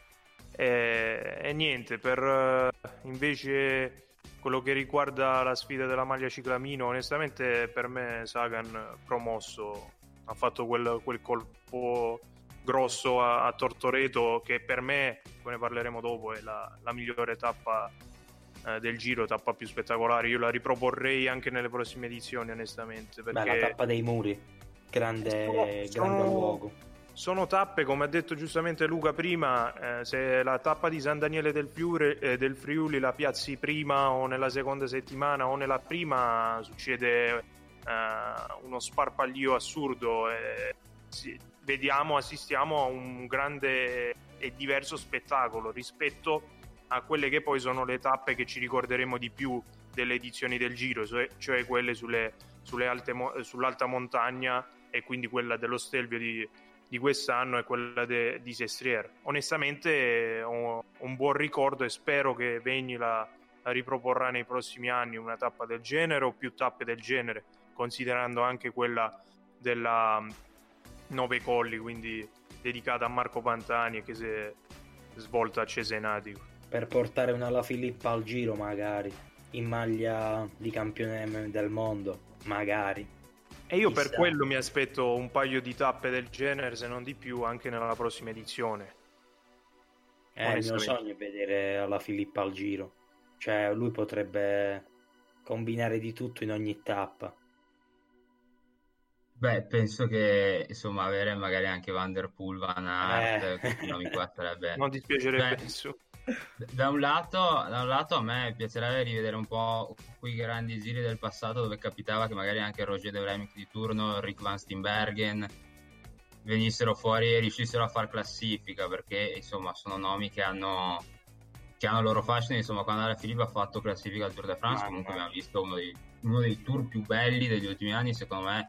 E niente, per invece quello che riguarda la sfida della maglia ciclamino, onestamente per me Sagan promosso ha fatto quel colpo grosso a Tortoreto, che per me, ne parleremo dopo, è la migliore tappa del Giro, tappa più spettacolare. Io la riproporrei anche nelle prossime edizioni, onestamente, perché la tappa dei muri, grande luogo. Sono tappe, come ha detto giustamente Luca prima, se la tappa di San Daniele del Friuli la piazzi prima o nella seconda settimana o nella prima, succede uno sparpaglio assurdo. Assistiamo a un grande e diverso spettacolo rispetto a quelle che poi sono le tappe che ci ricorderemo di più delle edizioni del Giro, cioè quelle sull'alta montagna, e quindi quella dello Stelvio di quest'anno e quella di Sestriere. Onestamente ho un buon ricordo e spero che Vegni la riproporrà nei prossimi anni, una tappa del genere o più tappe del genere, considerando anche quella della Nove Colli, quindi dedicata a Marco Pantani e che si è svolta a Cesenatico. Per portare una Alaphilippe al Giro, magari in maglia di campione del mondo, magari. E io per quello mi aspetto un paio di tappe del genere, se non di più, anche nella prossima edizione. Il mio sogno è vedere Alaphilippe al Giro. Cioè, lui potrebbe combinare di tutto in ogni tappa. Beh, penso che insomma avere magari anche Van der Poel, Van Aert, questi nomi qua sarebbe... Non dispiacerebbe nessuno. Da un lato a me piacerebbe rivedere un po' quei grandi giri del passato dove capitava che magari anche Roger de Vremik di turno, Rick Van Steenbergen venissero fuori e riuscissero a far classifica, perché insomma sono nomi che hanno il loro fascino. Insomma, quando Alaphilippe ha fatto classifica al Tour de France, comunque abbiamo visto uno dei tour più belli degli ultimi anni, secondo me,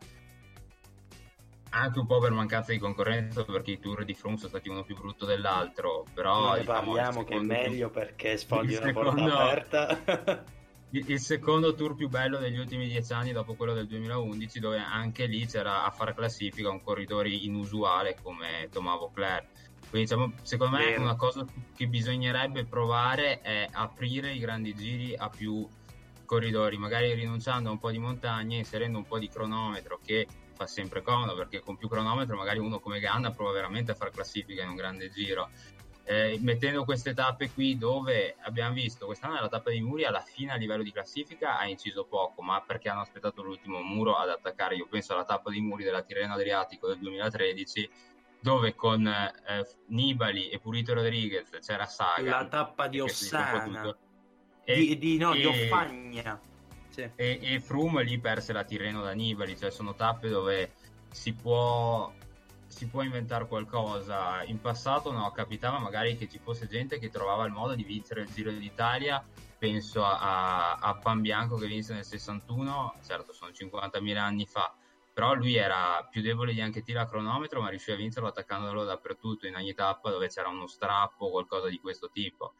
anche un po' per mancanza di concorrenza, perché i tour di Froome sono stati uno più brutto dell'altro, però non ne parliamo, che è meglio perché sfogli una porta aperta. Il secondo tour più bello degli ultimi 10 anni, dopo quello del 2011, dove anche lì c'era a fare classifica un corridore inusuale come Thomas Vauclair. Quindi diciamo, secondo me una cosa che bisognerebbe provare è aprire i grandi giri a più corridori, magari rinunciando a un po' di montagne, inserendo un po' di cronometro, che fa sempre comodo, perché con più cronometro magari uno come Ganna prova veramente a fare classifica in un grande giro. Mettendo queste tappe qui, dove abbiamo visto quest'anno la tappa dei muri alla fine a livello di classifica ha inciso poco, ma perché hanno aspettato l'ultimo muro ad attaccare. Io penso alla tappa dei muri della Tirreno Adriatico del 2013, dove con Nibali e Purito Rodriguez c'era Sagan, la tappa di Ossana di Offagna, sì. E Froome lì perse la Tirreno da Nibali. Cioè sono tappe dove si può inventare qualcosa. In passato capitava magari che ci fosse gente che trovava il modo di vincere il Giro d'Italia. Penso a Panbianco che vinse nel 61, certo sono 50.000 anni fa, però lui era più debole di anche tira a cronometro, ma riusciva a vincerlo attaccandolo dappertutto, in ogni tappa dove c'era uno strappo o qualcosa di questo tipo.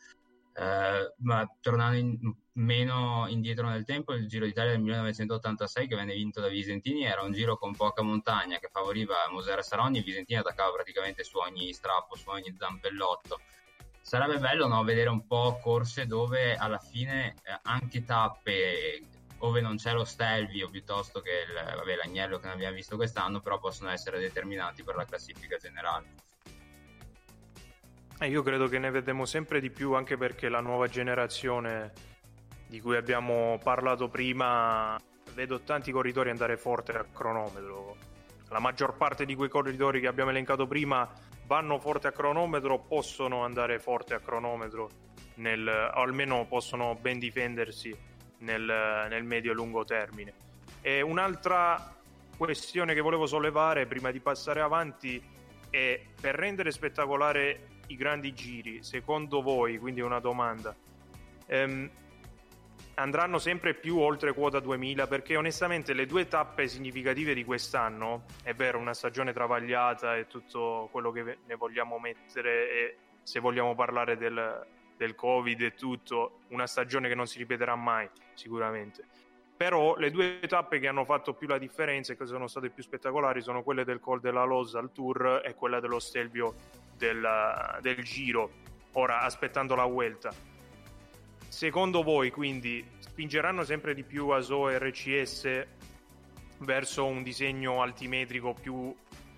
Ma tornando meno indietro nel tempo, il Giro d'Italia del 1986, che venne vinto da Visentini, era un giro con poca montagna che favoriva Moser e Saronni, e Visentini attaccava praticamente su ogni strappo, su ogni zampellotto. Sarebbe bello vedere un po' corse dove alla fine anche tappe dove non c'è lo Stelvio piuttosto che l'Agnello che non abbiamo visto quest'anno, però possono essere determinanti per la classifica generale. Io credo che ne vedremo sempre di più, anche perché la nuova generazione di cui abbiamo parlato prima, vedo tanti corridori andare forte a cronometro. La maggior parte di quei corridori che abbiamo elencato prima vanno forte a cronometro, possono andare forte a cronometro o almeno possono ben difendersi nel medio e lungo termine. E un'altra questione che volevo sollevare prima di passare avanti è: per rendere spettacolare i grandi giri, secondo voi, quindi una domanda, andranno sempre più oltre quota 2000? Perché onestamente le due tappe significative di quest'anno, è vero, una stagione travagliata e tutto quello che ne vogliamo mettere, e se vogliamo parlare del del Covid e tutto, una stagione che non si ripeterà mai sicuramente. Però le due tappe che hanno fatto più la differenza e che sono state più spettacolari sono quelle del Col della Losa al Tour e quella dello Stelvio del Giro, ora aspettando la Vuelta. Secondo voi quindi spingeranno sempre di più ASO e RCS verso un disegno altimetrico più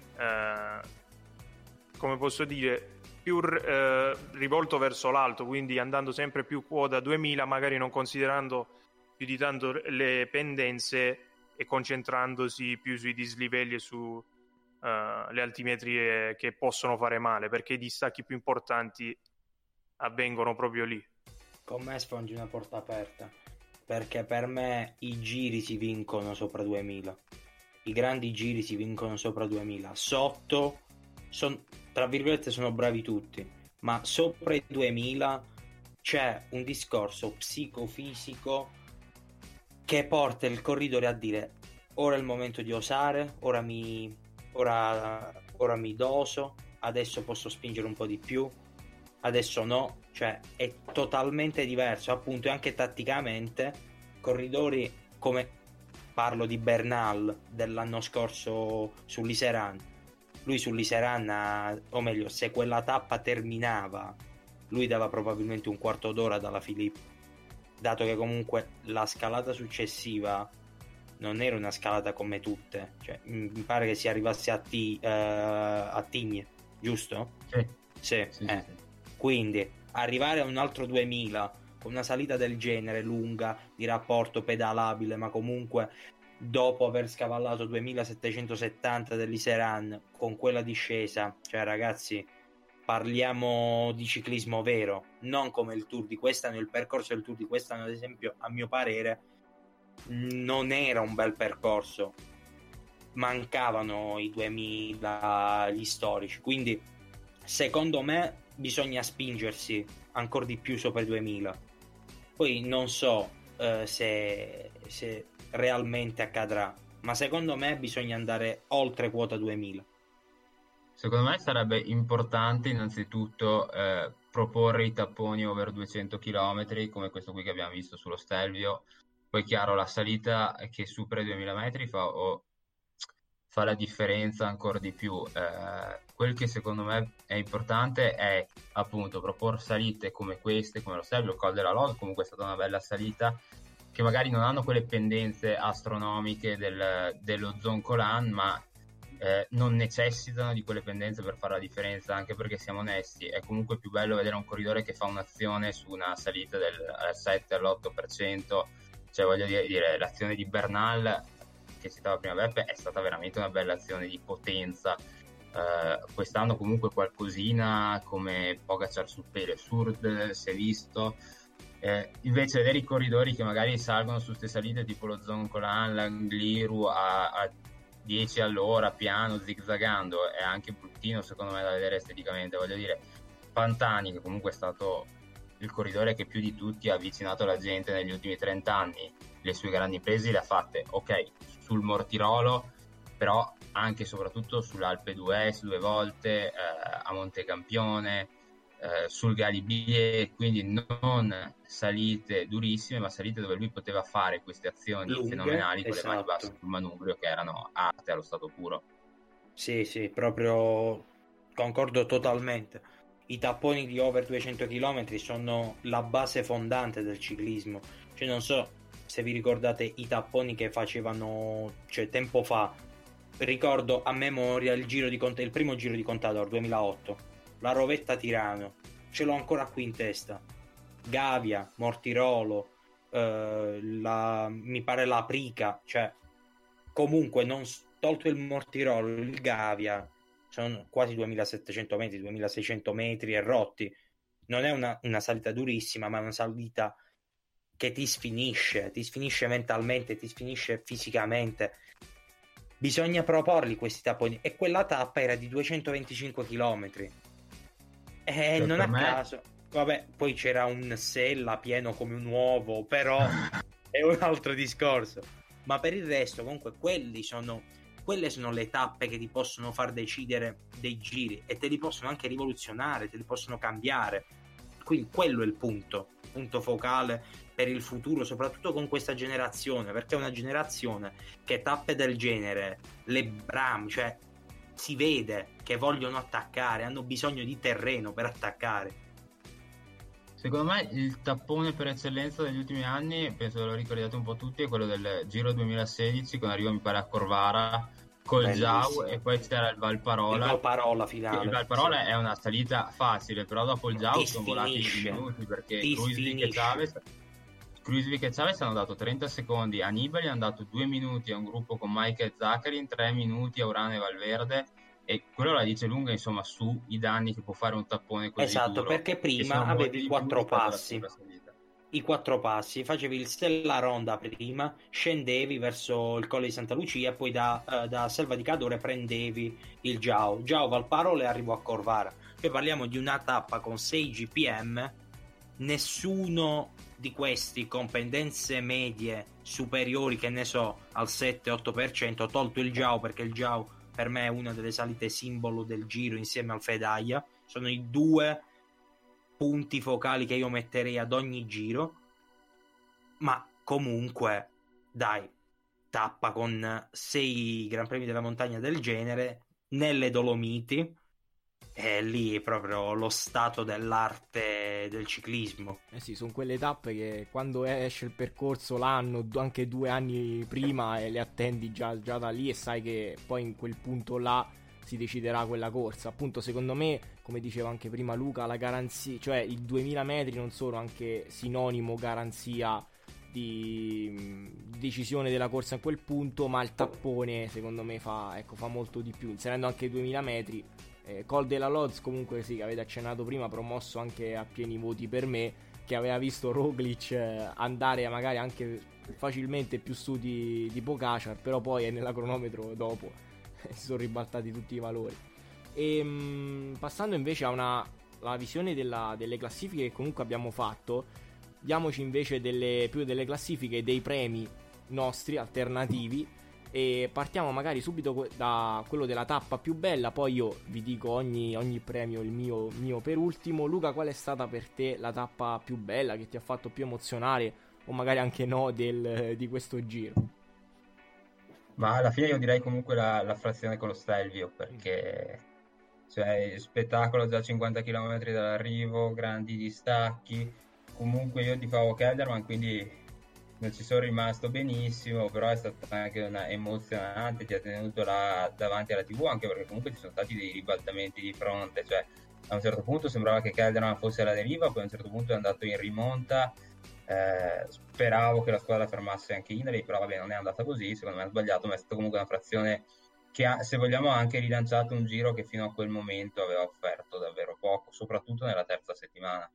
come posso dire, più rivolto verso l'alto, quindi andando sempre più quota 2000, magari non considerando più di tanto le pendenze e concentrandosi più sui dislivelli e su le altimetrie che possono fare male, perché i distacchi più importanti avvengono proprio lì. Con me sfondi una porta aperta, perché per me i giri si vincono sopra 2000, i grandi giri si vincono sopra 2000, sotto tra virgolette sono bravi tutti, ma sopra i 2000 c'è un discorso psicofisico che porta il corridore a dire: ora è il momento di osare, ora mi doso, adesso posso spingere un po' di più, adesso no. Cioè è totalmente diverso, appunto, e anche tatticamente corridori come, parlo di Bernal dell'anno scorso sull'Iseran, lui sull'Iseran, o meglio, se quella tappa terminava, lui dava probabilmente un quarto d'ora dalla Filippo, dato che comunque la scalata successiva non era una scalata come tutte, cioè mi pare che si arrivasse a Tigne, giusto? Sì. Quindi arrivare a un altro 2000 con una salita del genere, lunga, di rapporto pedalabile, ma comunque dopo aver scavallato 2770 dell'Iseran con quella discesa, cioè ragazzi, parliamo di ciclismo vero, non come il Tour di quest'anno. Il percorso del Tour di quest'anno, ad esempio, a mio parere non era un bel percorso, mancavano i 2000, gli storici, quindi secondo me bisogna spingersi ancora di più sopra i 2000. Poi non so se realmente accadrà, ma secondo me bisogna andare oltre quota 2000. Secondo me sarebbe importante innanzitutto proporre i tapponi over 200 km come questo qui che abbiamo visto sullo Stelvio. Poi chiaro, la salita che supera i 2000 metri fa la differenza ancora di più. Quel che secondo me è importante è appunto proporre salite come queste, come lo Stelvio, il Col della Losa, comunque è stata una bella salita, che magari non hanno quelle pendenze astronomiche dello Zoncolan, ma non necessitano di quelle pendenze per fare la differenza, anche perché siamo onesti, è comunque più bello vedere un corridore che fa un'azione su una salita del 7 all'8%, cioè voglio dire l'azione di Bernal che citava prima Beppe è stata veramente una bella azione di potenza. Quest'anno comunque qualcosina come Pogacar sul Pele Surd si è visto. Invece vedere i corridori che magari salgono su queste salite tipo lo Zoncolan, l'Angliru a 10 all'ora, piano, zigzagando, è anche bruttino secondo me da vedere esteticamente. Voglio dire, Pantani, che comunque è stato il corridore che più di tutti ha avvicinato la gente negli ultimi 30 anni, le sue grandi imprese le ha fatte, ok, sul Mortirolo, però anche e soprattutto sull'Alpe d'Huez 2 volte, a Montecampione, sul Galibier, quindi non salite durissime, ma salite dove lui poteva fare queste azioni lunghe, fenomenali con le mani basse sul manubrio, che erano arte allo stato puro. Sì, proprio concordo totalmente. I tapponi di over 200 km sono la base fondante del ciclismo, cioè non so se vi ricordate i tapponi che facevano, cioè tempo fa, ricordo a memoria il primo Giro di Contador 2008, la Rovetta Tirano, ce l'ho ancora qui in testa, Gavia, Mortirolo, mi pare la Prica, cioè comunque non tolto il Mortirolo, il Gavia sono quasi 2700 metri, 2600 metri e rotti. Non è una salita durissima, ma è una salita che ti sfinisce mentalmente, ti sfinisce fisicamente. Bisogna proporli questi tapponi, e quella tappa era di 225 km. E non a caso, vabbè, poi c'era un Sella pieno come un uovo, però è un altro discorso. Ma per il resto, comunque, quelle sono le tappe che ti possono far decidere dei giri, e te li possono anche rivoluzionare, te li possono cambiare. Quindi quello è il punto focale per il futuro, soprattutto con questa generazione, perché è una generazione che tappe del genere le brame, cioè si vede che vogliono attaccare, hanno bisogno di terreno per attaccare. Secondo me il tappone per eccellenza degli ultimi anni, penso che lo ricordiate un po' tutti, è quello del Giro 2016, con arrivo mi pare a Corvara col Giao, e poi c'era il Valparola. Il Valparola finale. Il Valparola sì, è una salita facile, però dopo il Giao sono volati i minuti, perché Kruijswijk e Chavez hanno dato 30 secondi a Nibali, hanno dato 2 minuti a un gruppo con Michael Zaccarin, 3 minuti a Urán e Valverde, e quello la dice lunga, insomma, sui danni che può fare un tappone così esatto, duro, perché prima avevi 4 passi, i 4 passi, facevi il Stella Ronda prima, scendevi verso il Colle di Santa Lucia, poi da Selva di Cadore prendevi il Giao Valparola e arrivo a Corvara. Poi parliamo di una tappa con 6 GPM, nessuno di questi con pendenze medie superiori, che ne so, al 7-8%, tolto il Giao, perché il Giao per me è una delle salite simbolo del Giro insieme al Fedaia, sono i 2 punti focali che io metterei ad ogni giro. Ma comunque dai, tappa con 6 Gran Premi della montagna del genere nelle Dolomiti, e lì è proprio lo stato dell'arte del ciclismo. Sì, sono quelle tappe che quando esce il percorso l'anno, anche 2 anni prima, e le attendi già da lì e sai che poi in quel punto là si deciderà quella corsa. Appunto, secondo me, come diceva anche prima Luca, la garanzia, cioè i 2000 metri non sono anche sinonimo garanzia di decisione della corsa in quel punto, ma il tappone secondo me fa molto di più, inserendo anche i 2000 metri. Col della Lodz, comunque sì, che avete accennato prima, promosso anche a pieni voti per me, che aveva visto Roglic andare magari anche facilmente più su di Pogačar, però poi nella cronometro dopo si sono ribaltati tutti i valori. E passando invece a la visione delle classifiche che comunque abbiamo fatto, diamoci invece più delle classifiche dei premi nostri alternativi, e partiamo magari subito da quello della tappa più bella, poi io vi dico ogni premio il mio per ultimo. Luca, qual è stata per te la tappa più bella, che ti ha fatto più emozionare, o magari anche no, di questo giro? Ma alla fine io direi comunque la frazione con lo Stelvio, perché cioè spettacolo già a 50 km dall'arrivo, grandi distacchi. Comunque io tifavo Kelderman, quindi non ci sono rimasto benissimo, però è stata anche una emozionante, ti ha tenuto là davanti alla TV, anche perché comunque ci sono stati dei ribaltamenti di fronte, cioè a un certo punto sembrava che Kelderman fosse alla deriva, poi a un certo punto è andato in rimonta. Speravo che la squadra fermasse anche Hindley, però vabbè, non è andata così, secondo me ha sbagliato, ma è stata comunque una frazione che ha, se vogliamo, anche rilanciato un giro che fino a quel momento aveva offerto davvero poco, soprattutto nella terza settimana.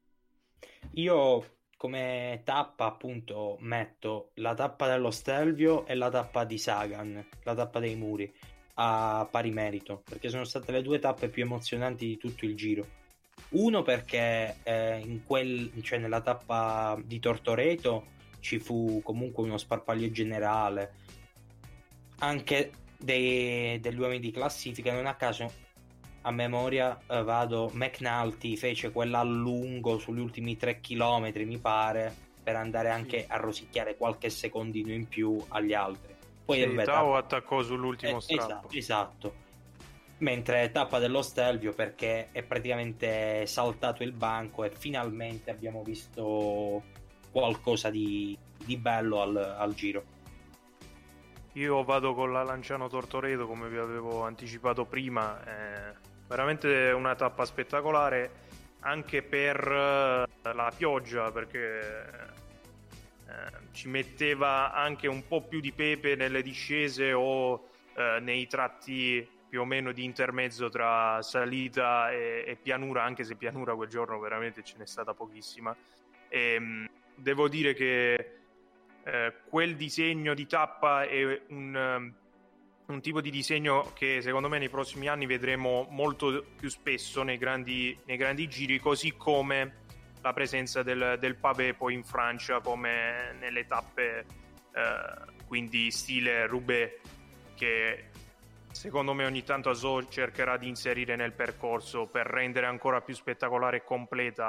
Io come tappa appunto metto la tappa dello Stelvio e la tappa di Sagan, la tappa dei muri, a pari merito, perché sono state le 2 tappe più emozionanti di tutto il giro. Uno perché cioè nella tappa di Tortoreto ci fu comunque uno sparpaglio generale anche degli uomini di classifica. Non a caso, a memoria vado, McNulty fece quella a lungo sugli ultimi 3 chilometri mi pare, per andare anche a rosicchiare qualche secondino in più agli altri. Poi Tao attaccò sull'ultimo strappo. Esatto. Mentre tappa dello Stelvio perché è praticamente saltato il banco e finalmente abbiamo visto qualcosa di bello al giro. Io vado con la Lanciano Tortoreto, come vi avevo anticipato prima, veramente una tappa spettacolare anche per la pioggia, perché ci metteva anche un po' più di pepe nelle discese o nei tratti più o meno di intermezzo tra salita e pianura, anche se pianura quel giorno veramente ce n'è stata pochissima. Devo dire che quel disegno di tappa è un tipo di disegno che secondo me nei prossimi anni vedremo molto più spesso nei grandi giri, così come la presenza del pavé poi in Francia, come nelle tappe quindi stile Roubaix, che secondo me ogni tanto cercherà di inserire nel percorso per rendere ancora più spettacolare e completa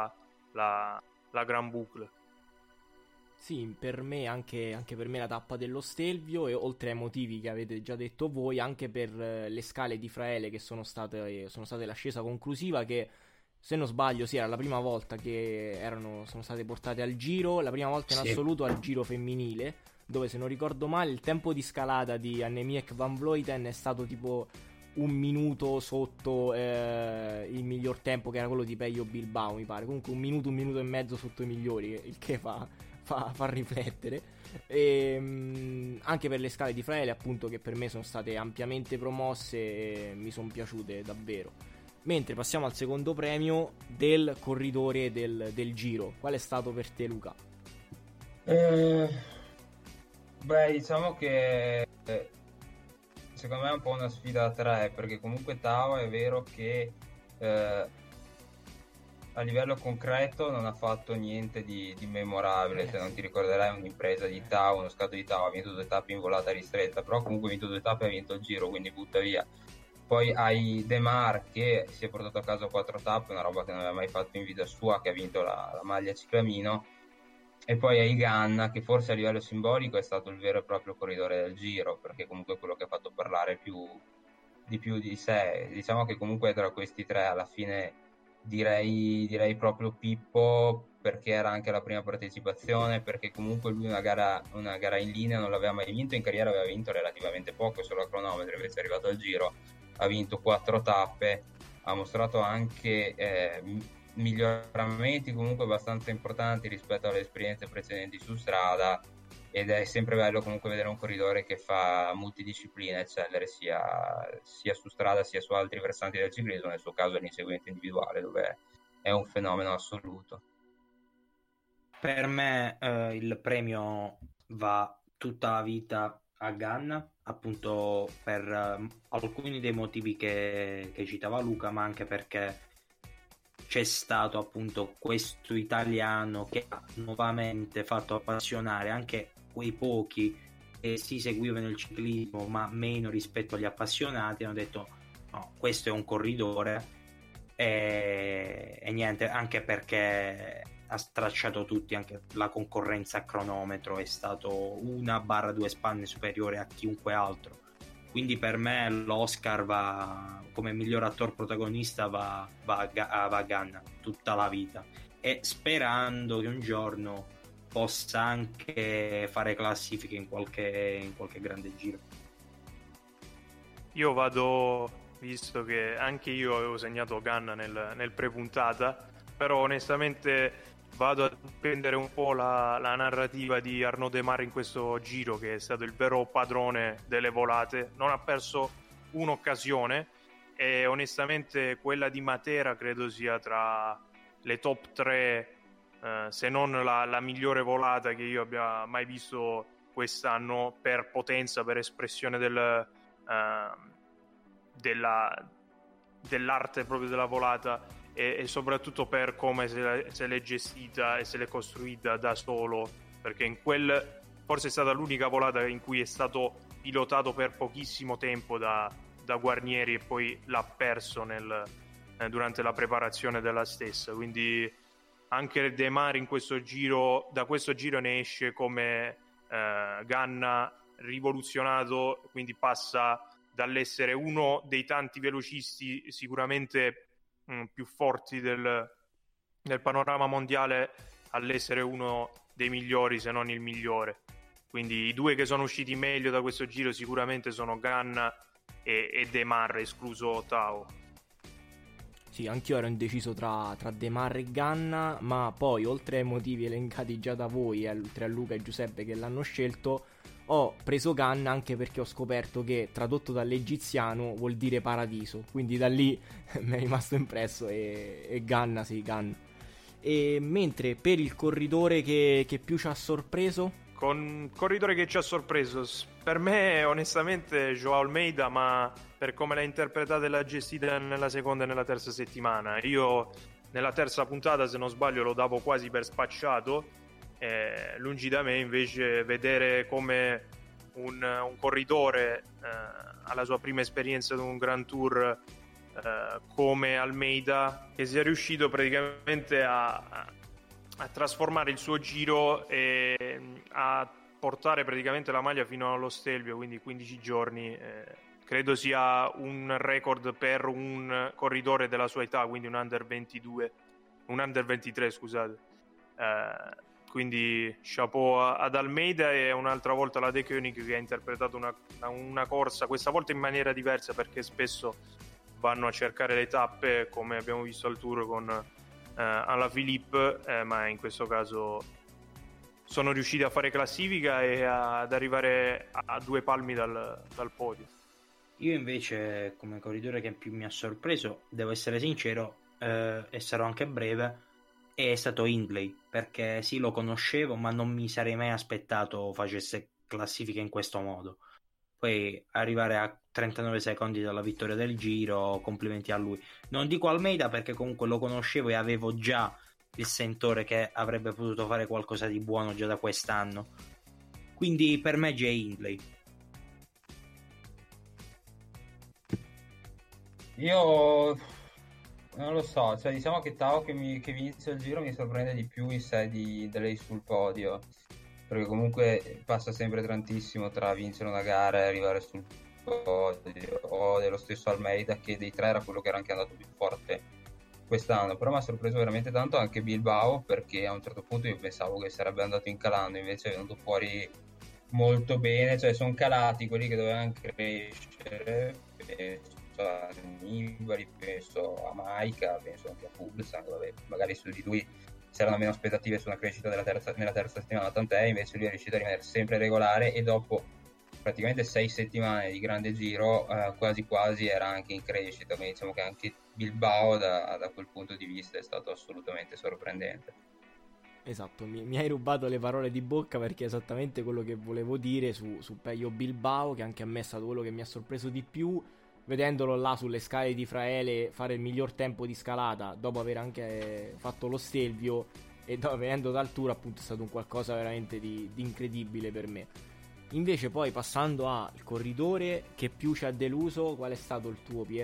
la Gran Boucle. Sì, per me anche per me la tappa dello Stelvio, e oltre ai motivi che avete già detto voi, anche per le scale di Fraele che sono state l'ascesa conclusiva, che se non sbaglio sì, era la prima volta che sono state portate al Giro, la prima volta in assoluto al Giro femminile, dove se non ricordo male il tempo di scalata di Annemiek van Vleuten è stato tipo 1 minuto sotto il miglior tempo, che era quello di Pello Bilbao, mi pare. Comunque 1 minuto e mezzo sotto i migliori, il che fa riflettere. E anche per le scale di Fraele, appunto, che per me sono state ampiamente promosse e mi sono piaciute davvero. Mentre passiamo al secondo premio del corridore del Giro. Qual è stato per te, Luca? Diciamo che secondo me è un po' una sfida a tre, perché comunque Tao è vero che a livello concreto non ha fatto niente di memorabile. Se non ti ricorderai, un'impresa di Tao, uno scatto di Tao, ha vinto 2 tappe in volata ristretta, però comunque ha vinto 2 tappe e ha vinto il Giro, quindi butta via. Poi hai De Mar che si è portato a casa 4 tappe, una roba che non aveva mai fatto in vita sua, che ha vinto la maglia ciclamino. E poi hai Ganna, che forse a livello simbolico è stato il vero e proprio corridore del Giro, perché comunque è quello che ha fatto parlare più di sé. Diciamo che comunque tra questi tre alla fine direi proprio Pippo, perché era anche la prima partecipazione, perché comunque lui una gara in linea non l'aveva mai vinto, in carriera aveva vinto relativamente poco, solo a cronometro, invece è arrivato al Giro, ha vinto 4 tappe, ha mostrato anche miglioramenti comunque abbastanza importanti rispetto alle esperienze precedenti su strada, ed è sempre bello comunque vedere un corridore che fa multidisciplina eccellere sia su strada sia su altri versanti del ciclismo, nel suo caso l'inseguimento individuale, dove è un fenomeno assoluto. Per me il premio va tutta la vita a Ganna, appunto per alcuni dei motivi che citava Luca, ma anche perché c'è stato appunto questo italiano che ha nuovamente fatto appassionare anche quei pochi che si seguivano il ciclismo ma meno rispetto agli appassionati. Hanno detto no, questo è un corridore, e niente, anche perché ha stracciato tutti, anche la concorrenza a cronometro è stato 1-2 spanne superiore a chiunque altro. Quindi per me l'Oscar va come miglior attore protagonista va a Ganna tutta la vita, e sperando che un giorno possa anche fare classifiche in qualche grande giro. Io vado, visto che anche io avevo segnato Ganna nel pre-puntata, però onestamente vado a prendere un po' la narrativa di Arnaud Démare in questo Giro, che è stato il vero padrone delle volate. Non ha perso un'occasione, e onestamente quella di Matera credo sia tra le top 3, se non la migliore volata che io abbia mai visto quest'anno, per potenza, per espressione dell'arte proprio della volata, e soprattutto per come se l'è gestita e se l'è costruita da solo, perché forse è stata l'unica volata in cui è stato pilotato per pochissimo tempo da Guarnieri, e poi l'ha perso durante la preparazione della stessa. Quindi anche Démare in questo Giro, da questo Giro ne esce come Ganna rivoluzionato, quindi passa dall'essere uno dei tanti velocisti sicuramente più forti del panorama mondiale all'essere uno dei migliori, se non il migliore. Quindi i due che sono usciti meglio da questo Giro sicuramente sono Ganna e Démare, escluso Tao. Sì, anch'io ero indeciso tra Démare e Ganna, ma poi oltre ai motivi elencati già da voi, oltre a Luca e Giuseppe che l'hanno scelto, ho preso Ganna anche perché ho scoperto che tradotto dall'egiziano vuol dire paradiso, quindi da lì mi è rimasto impresso, e Ganna, sì, Ganna. E mentre per il corridore che più ci ha sorpreso? Con corridore che ci ha sorpreso, per me onestamente Joao Almeida, ma per come l'ha interpretata e l'ha gestita nella seconda e nella terza settimana. Io nella terza puntata, se non sbaglio, lo davo quasi per spacciato. Lungi da me invece vedere come un corridore alla sua prima esperienza di un Grand Tour come Almeida, che sia riuscito praticamente a trasformare il suo giro e a portare praticamente la maglia fino allo Stelvio, quindi 15 giorni. Credo sia un record per un corridore della sua età, quindi un under 23, scusate. Quindi chapeau ad Almeida e un'altra volta alla De Koenig, che ha interpretato una corsa, questa volta in maniera diversa, perché spesso vanno a cercare le tappe, come abbiamo visto al Tour con Alaphilippe, ma in questo caso sono riusciti a fare classifica e ad arrivare a 2 palmi dal podio. Io invece, come corridore che più mi ha sorpreso, devo essere sincero, e sarò anche breve, è stato Hindley, perché sì, lo conoscevo, ma non mi sarei mai aspettato facesse classifica in questo modo. Poi arrivare a 39 secondi dalla vittoria del Giro, complimenti a lui. Non dico Almeida, perché comunque lo conoscevo e avevo già il sentore che avrebbe potuto fare qualcosa di buono già da quest'anno. Quindi per me Jay Hindley. Io non lo so, cioè diciamo che Tao che inizia il giro mi sorprende di più in sé di lei sul podio, perché comunque passa sempre tantissimo tra vincere una gara e arrivare sul podio, o dello stesso Almeida, che dei tre era quello che era anche andato più forte quest'anno. Però mi ha sorpreso veramente tanto anche Bilbao, perché a un certo punto io pensavo che sarebbe andato incalando, invece è venuto fuori molto bene, cioè sono calati quelli che dovevano crescere, penso a Nibali, penso a Maika, penso anche a Fuglsang. Vabbè, magari su di lui c'erano meno aspettative su una crescita nella terza settimana, tant'è, invece lui è riuscito a rimanere sempre regolare e dopo praticamente 6 settimane di grande giro quasi quasi era anche in crescita, quindi diciamo che anche Bilbao da quel punto di vista è stato assolutamente sorprendente. Esatto, mi hai rubato le parole di bocca, perché è esattamente quello che volevo dire su Pello Bilbao, che anche a me è stato quello che mi ha sorpreso di più, vedendolo là sulle scale di Fraele fare il miglior tempo di scalata dopo aver anche fatto lo Stelvio, e venendo dal Tour appunto è stato un qualcosa veramente di incredibile per me. Invece poi passando al corridore che più ci ha deluso, qual è stato il tuo, Pier?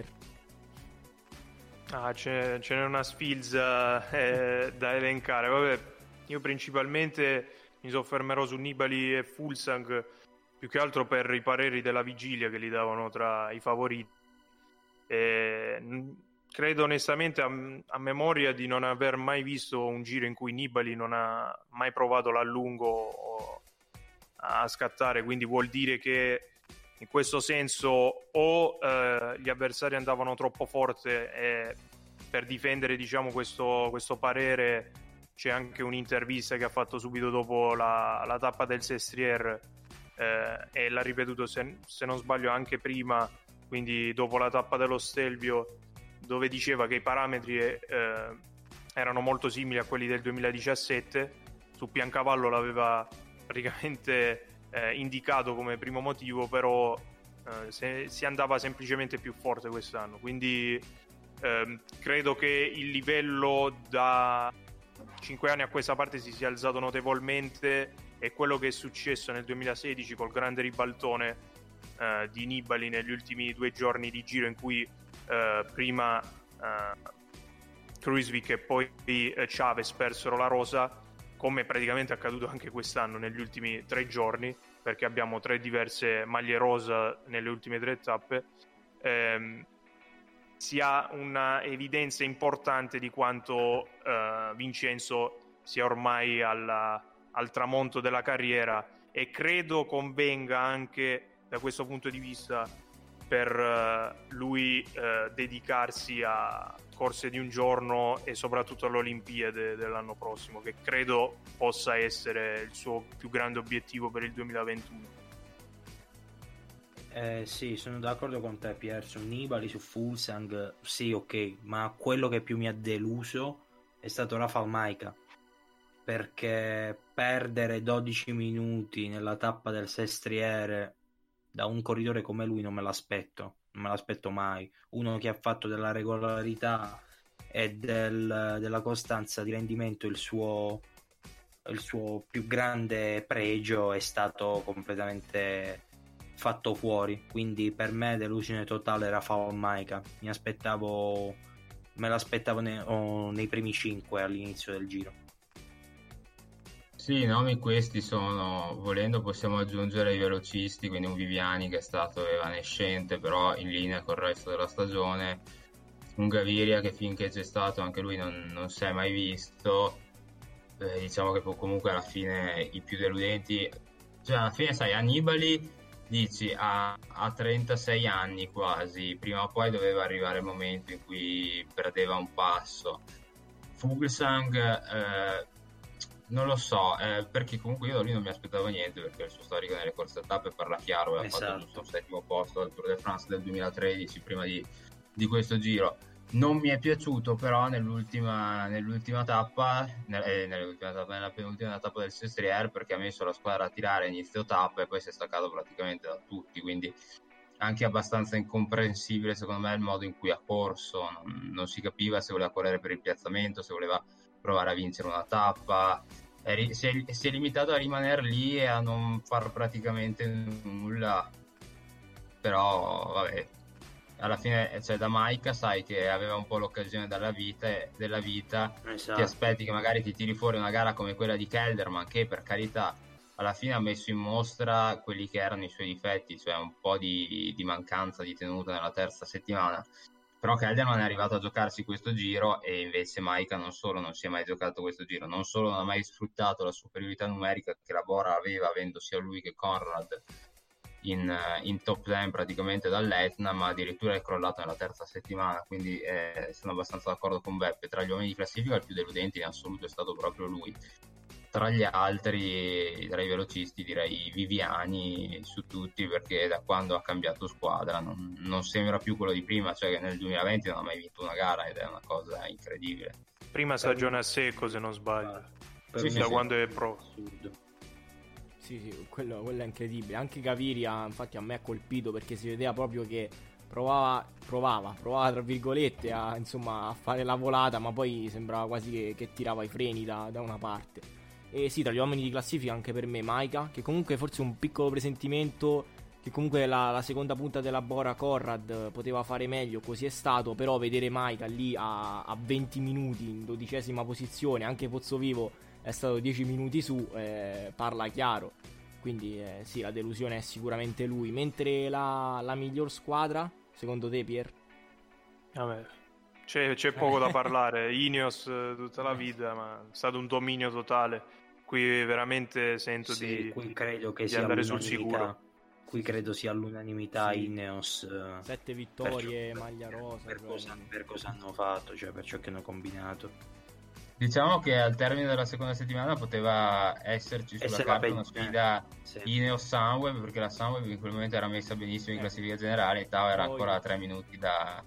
Ce n'è una sfilza da elencare. Vabbè, io principalmente mi soffermerò su Nibali e Fuglsang, più che altro per i pareri della vigilia che li davano tra i favoriti. Credo onestamente a memoria di non aver mai visto un giro in cui Nibali non ha mai provato l'allungo a scattare, quindi vuol dire che in questo senso o gli avversari andavano troppo forte, e per difendere diciamo questo parere c'è anche un'intervista che ha fatto subito dopo la tappa del Sestriere, e l'ha ripetuto se non sbaglio anche prima, quindi dopo la tappa dello Stelvio, dove diceva che i parametri erano molto simili a quelli del 2017. Su Piancavallo l'aveva praticamente indicato come primo motivo, però si andava semplicemente più forte quest'anno, quindi credo che il livello da 5 anni a questa parte si sia alzato notevolmente, e quello che è successo nel 2016 col grande ribaltone di Nibali negli ultimi 2 giorni di giro, in cui prima Kruijswijk e poi Chavez persero la rosa, come praticamente è accaduto anche quest'anno negli ultimi 3 giorni, perché abbiamo 3 diverse maglie rosa nelle ultime 3 tappe. Si ha una evidenza importante di quanto Vincenzo sia ormai al tramonto della carriera, e credo convenga anche da questo punto di vista per lui dedicarsi a corse di un giorno e soprattutto all'Olimpiade dell'anno prossimo, che credo possa essere il suo più grande obiettivo per il 2021. Sì, sono d'accordo con te, Pier. Su Nibali, su Fuglsang, sì, ok, ma quello che più mi ha deluso è stato Rafał Majka, perché perdere 12 minuti nella tappa del Sestriere da un corridore come lui non me l'aspetto mai. Uno che ha fatto della regolarità e della costanza di rendimento il suo più grande pregio, è stato completamente fatto fuori. Quindi per me delusione totale Rafał Majka. Me l'aspettavo nei primi 5 all'inizio del giro. Sì, i nomi questi sono, volendo possiamo aggiungere i velocisti, quindi un Viviani che è stato evanescente, però in linea col resto della stagione, un Gaviria che finché c'è stato anche lui non si è mai visto. Diciamo che comunque alla fine i più deludenti, cioè alla fine sai, Annibali dici a 36 anni quasi, prima o poi doveva arrivare il momento in cui perdeva un passo. Fuglsang non lo so, perché comunque io da lui non mi aspettavo niente, perché il suo storico nelle corse a tappe parla chiaro, aveva fatto giusto un settimo posto al Tour de France del 2013 prima di questo giro. Non mi è piaciuto però nella penultima tappa del Sestriere, perché ha messo la squadra a tirare a inizio tappa e poi si è staccato praticamente da tutti, quindi anche abbastanza incomprensibile secondo me il modo in cui ha corso. Non si capiva se voleva correre per il piazzamento, se voleva provare a vincere una tappa. Si è limitato a rimanere lì e a non far praticamente nulla, però vabbè, alla fine cioè, da Maika sai che aveva un po' l'occasione della vita, esatto. Ti aspetti che magari ti tiri fuori una gara come quella di Kelderman, che per carità alla fine ha messo in mostra quelli che erano i suoi difetti, cioè un po' di mancanza di tenuta nella terza settimana. Però Kelderman è arrivato a giocarsi questo giro e invece Maika non solo non si è mai giocato questo giro, non solo non ha mai sfruttato la superiorità numerica che la Bora aveva, avendo sia lui che Conrad in top 10 praticamente dall'Etna, ma addirittura è crollato nella terza settimana, quindi sono abbastanza d'accordo con Beppe. Tra gli uomini di classifica il più deludente in assoluto è stato proprio lui. Tra gli altri, tra i velocisti direi Viviani su tutti, perché da quando ha cambiato squadra non sembra più quello di prima, cioè che nel 2020 non ha mai vinto una gara ed è una cosa incredibile. Prima stagione a secco se non sbaglio, da quando è pro. Sì, quello è incredibile. Anche Gaviria infatti a me ha colpito, perché si vedeva proprio che provava tra virgolette a fare la volata, ma poi sembrava quasi che tirava i freni da una parte. E sì, tra gli uomini di classifica anche per me Maika, che comunque forse un piccolo presentimento che comunque la seconda punta della Bora Conrad poteva fare meglio, così è stato. Però vedere Maika lì a 20 minuti in 12ª posizione, anche Pozzovivo è stato 10 minuti su, parla chiaro. Quindi sì, la delusione è sicuramente lui. Mentre la miglior squadra, secondo te, Pier? Vabbè, c'è poco da parlare. Ineos tutta la vita, ma è stato un dominio totale. Qui veramente sento qui credo che di sia andare sul sicuro. Qui credo sia all'unanimità Ineos. 7 vittorie, maglia rosa. Per cosa hanno fatto, cioè per ciò che hanno combinato. Diciamo che al termine della seconda settimana poteva esserci sulla carta una sfida Ineos-Sunweb, perché la Sunweb in quel momento era messa benissimo in classifica generale e Tao era ancora a 3 minuti da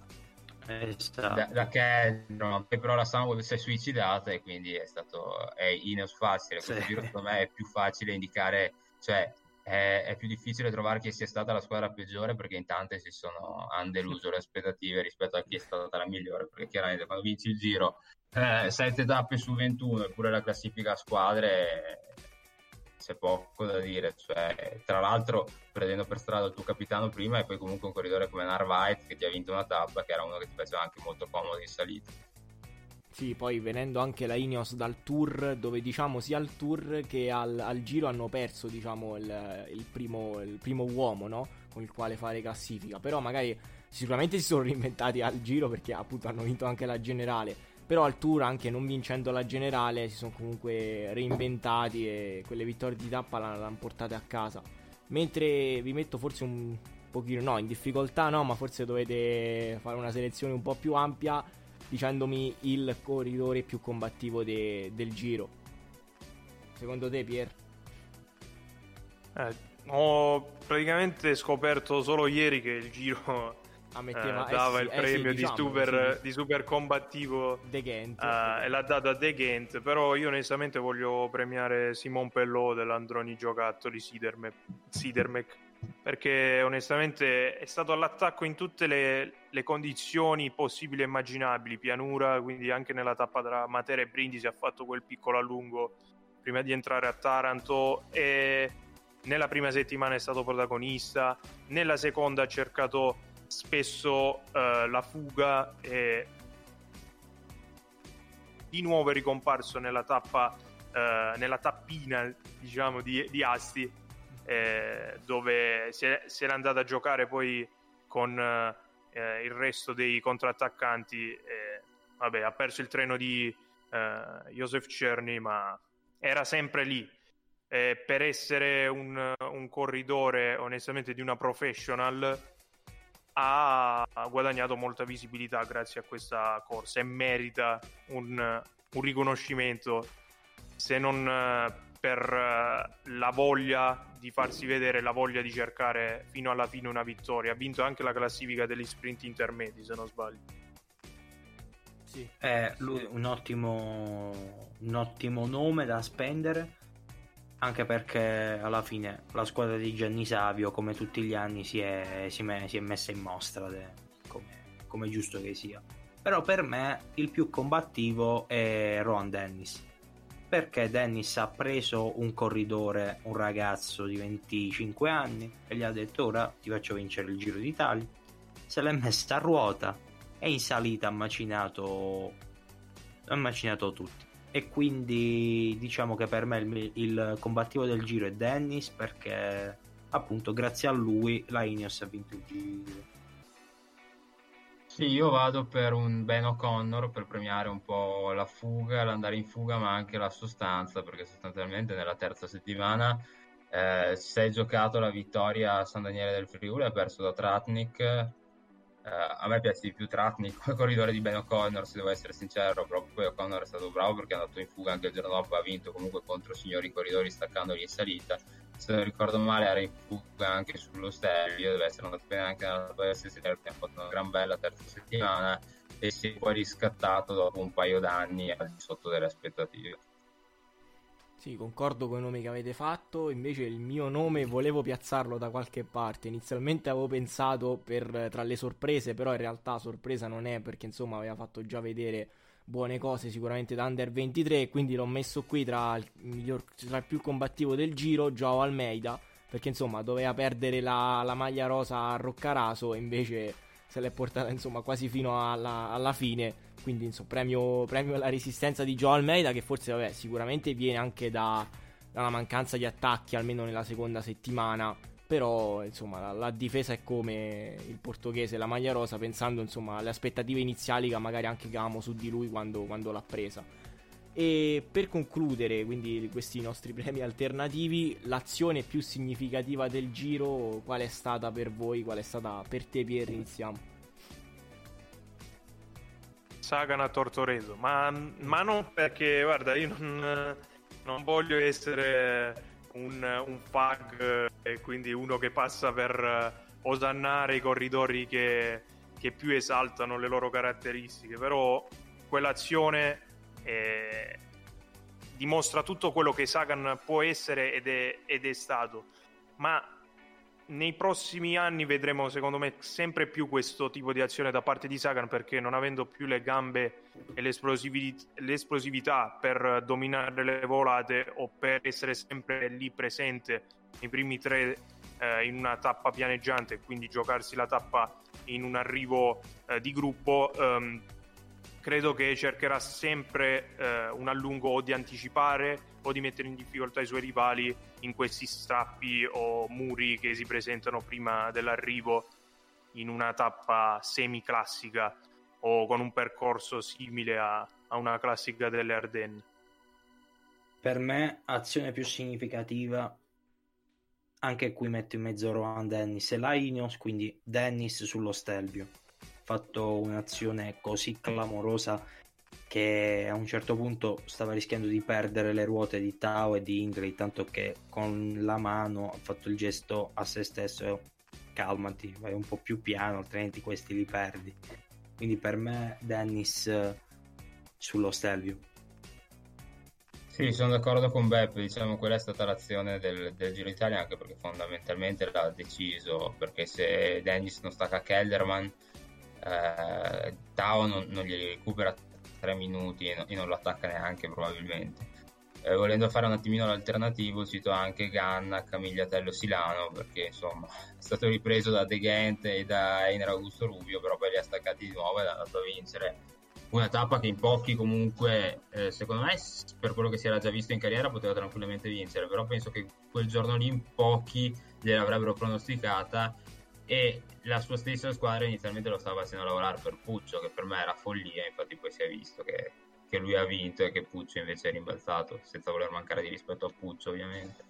Kelderman. Però la Sunweb si è suicidata e quindi è Ineos facile. Questo giro secondo me è più facile indicare, cioè è più difficile trovare chi sia stata la squadra peggiore, perché in tante hanno deluso le aspettative rispetto a chi è stata la migliore, perché chiaramente quando vinci il giro 7 tappe su 21 eppure la classifica a squadre c'è poco da dire, cioè, tra l'altro prendendo per strada il tuo capitano prima e poi comunque un corridore come Narvaez che ti ha vinto una tappa, che era uno che ti faceva anche molto comodo in salita. Sì, poi venendo anche la Ineos dal Tour, dove diciamo sia al Tour che al Giro hanno perso il primo uomo, no? Con il quale fare classifica. Però magari sicuramente si sono reinventati al Giro, perché appunto hanno vinto anche la generale. Però al Tour, anche non vincendo la generale, si sono comunque reinventati e quelle vittorie di tappa l'hanno portate a casa. Mentre vi metto forse un pochino, in difficoltà ma forse dovete fare una selezione un po' più ampia, dicendomi il corridore più combattivo del Giro. Secondo te, Pier? Ho praticamente scoperto solo ieri che il Giro dava il premio di super combattivo De Ghent, e l'ha dato a De Ghent. Però io onestamente voglio premiare Simon Pellot dell'Androni Giocattoli Sidermec, perché onestamente è stato all'attacco in tutte le condizioni possibili e immaginabili, pianura, quindi anche nella tappa tra Matera e Brindisi ha fatto quel piccolo allungo prima di entrare a Taranto, e nella prima settimana è stato protagonista, nella seconda ha cercato spesso la fuga e di nuovo è ricomparso nella tappa nella tappina, diciamo, di Asti, dove si era andata a giocare poi con il resto dei contrattaccanti. Vabbè, ha perso il treno di Joseph Czerny, ma era sempre lì. Per essere un corridore, onestamente, di una professional, ha guadagnato molta visibilità grazie a questa corsa e merita un riconoscimento, se non per la voglia di farsi vedere, la voglia di cercare fino alla fine una vittoria. Ha vinto anche la classifica degli sprint intermedi, se non sbaglio. Sì. Lui un ottimo nome da spendere, anche perché alla fine la squadra di Gianni Savio, come tutti gli anni, si è messa in mostra, come è giusto che sia. Però per me il più combattivo è Rohan Dennis, perché Dennis ha preso un corridore, un ragazzo di 25 anni, e gli ha detto: ora ti faccio vincere il Giro d'Italia. Se l'è messa a ruota e in salita ha macinato tutti. E quindi diciamo che per me il combattivo del Giro è Dennis, perché appunto grazie a lui la Ineos ha vinto il Giro. Sì, io vado per un Ben O'Connor per premiare un po' la fuga, l'andare in fuga, ma anche la sostanza, perché sostanzialmente nella terza settimana si è giocato la vittoria a San Daniele del Friuli, ha perso da Tratnik. A me piace di più Tratnik come corridore di Ben O'Connor, se devo essere sincero, però poi O'Connor è stato bravo perché è andato in fuga anche il giorno dopo, ha vinto comunque contro signori corridori staccandoli in salita. Se non ricordo male era in fuga anche sullo Stelvio, deve essere andato bene anche nella PSS, perché ha fatto una gran bella terza settimana e si è poi riscattato dopo un paio d'anni al di sotto delle aspettative. Sì, concordo con i nomi che avete fatto. Invece il mio nome volevo piazzarlo da qualche parte. Inizialmente avevo pensato tra le sorprese, però in realtà sorpresa non è, perché insomma aveva fatto già vedere buone cose sicuramente da Under 23, quindi l'ho messo qui tra il più combattivo del Giro, Joao Almeida, perché insomma doveva perdere la maglia rosa a Roccaraso e invece se l'è portata insomma quasi fino alla fine. Quindi insomma premio alla resistenza di Joao Almeida, che forse vabbè sicuramente viene anche da una mancanza di attacchi almeno nella seconda settimana, però insomma la difesa è come il portoghese, la maglia rosa, pensando insomma alle aspettative iniziali che magari anche avevamo su di lui quando l'ha presa. E per concludere quindi questi nostri premi alternativi, l'azione più significativa del Giro qual è stata per voi, qual è stata per te, Pier? Iniziamo. Sagan a Tortoreso, ma non perché, guarda, io non voglio essere un fag e quindi uno che passa per osannare i corridori che più esaltano le loro caratteristiche, però quell'azione dimostra tutto quello che Sagan può essere ed è stato. Ma nei prossimi anni vedremo, secondo me, sempre più questo tipo di azione da parte di Sagan, perché non avendo più le gambe e l'esplosività per dominare le volate o per essere sempre lì presente nei primi tre in una tappa pianeggiante, quindi giocarsi la tappa in un arrivo di gruppo, credo che cercherà sempre un allungo o di anticipare o di mettere in difficoltà i suoi rivali in questi strappi o muri che si presentano prima dell'arrivo in una tappa semi-classica o con un percorso simile a una classica delle Ardenne. Per me, azione più significativa, anche qui metto in mezzo Rohan Dennis e la Ineos, quindi Dennis sullo Stelvio. Fatto un'azione così clamorosa che a un certo punto stava rischiando di perdere le ruote di Tao e di Hindley, tanto che con la mano ha fatto il gesto a se stesso: calmati, vai un po' più piano, altrimenti questi li perdi. Quindi per me Dennis sullo Stelvio. Sì, sono d'accordo con Beppe, diciamo quella è stata l'azione del Giro d'Italia, anche perché fondamentalmente l'ha deciso, perché se Dennis non stacca Kelderman, Tao non gli recupera 3 minuti e non lo attacca neanche probabilmente. Volendo fare un attimino l'alternativo, cito anche Ganna, Camigliatello, Silano, perché insomma è stato ripreso da De Ghent e da Einer Augusto Rubio, però poi li ha staccati di nuovo ed è andato a vincere una tappa che in pochi comunque, secondo me, per quello che si era già visto in carriera, poteva tranquillamente vincere, però penso che quel giorno lì in pochi gliel'avrebbero pronosticata, e la sua stessa squadra inizialmente lo stava facendo lavorare per Puccio, che per me era follia. Infatti poi si è visto che lui ha vinto e che Puccio invece è rimbalzato, senza voler mancare di rispetto a Puccio, ovviamente.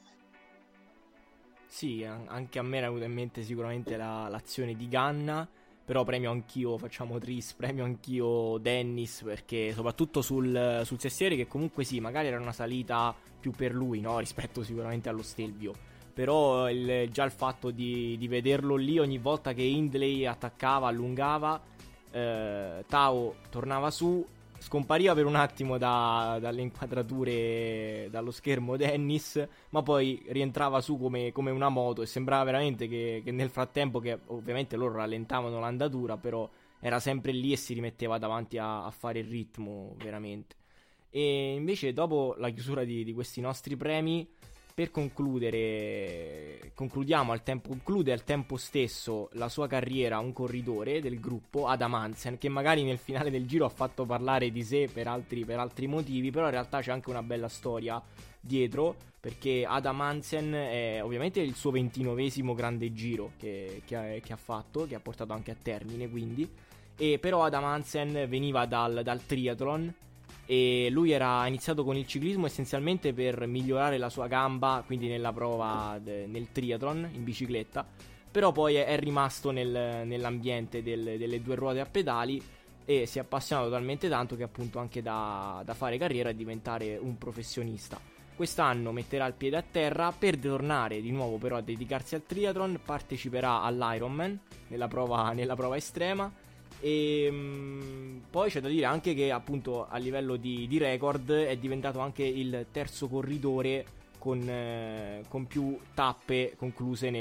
Sì, anche a me era venuta in mente sicuramente l'azione di Ganna, però premio anch'io, facciamo tris, premio anch'io Dennis, perché soprattutto sul sestiere, che comunque sì, magari era una salita più per lui, no? Rispetto sicuramente allo Stelvio. Però già il fatto di vederlo lì ogni volta che Hindley attaccava, allungava, Tao tornava su, scompariva per un attimo dalle inquadrature, dallo schermo Dennis, ma poi rientrava su come una moto, e sembrava veramente che nel frattempo, che ovviamente loro rallentavano l'andatura, però era sempre lì e si rimetteva davanti a fare il ritmo veramente. E invece dopo la chiusura di questi nostri premi, per conclude al tempo stesso la sua carriera un corridore del gruppo, Adam Hansen, che magari nel finale del giro ha fatto parlare di sé per altri motivi, però in realtà c'è anche una bella storia dietro, perché Adam Hansen è ovviamente il suo 29esimo grande giro che ha fatto, che ha portato anche a termine, quindi, e però Adam Hansen veniva dal triathlon, e lui era iniziato con il ciclismo essenzialmente per migliorare la sua gamba, quindi nella prova nel triathlon in bicicletta, però poi è rimasto nell'ambiente delle due ruote a pedali, e si è appassionato talmente tanto che appunto anche da fare carriera e diventare un professionista. Quest'anno metterà il piede a terra per tornare di nuovo però a dedicarsi al triathlon, parteciperà all'Ironman nella prova estrema. E poi c'è da dire anche che appunto a livello di record è diventato anche il terzo corridore con più tappe concluse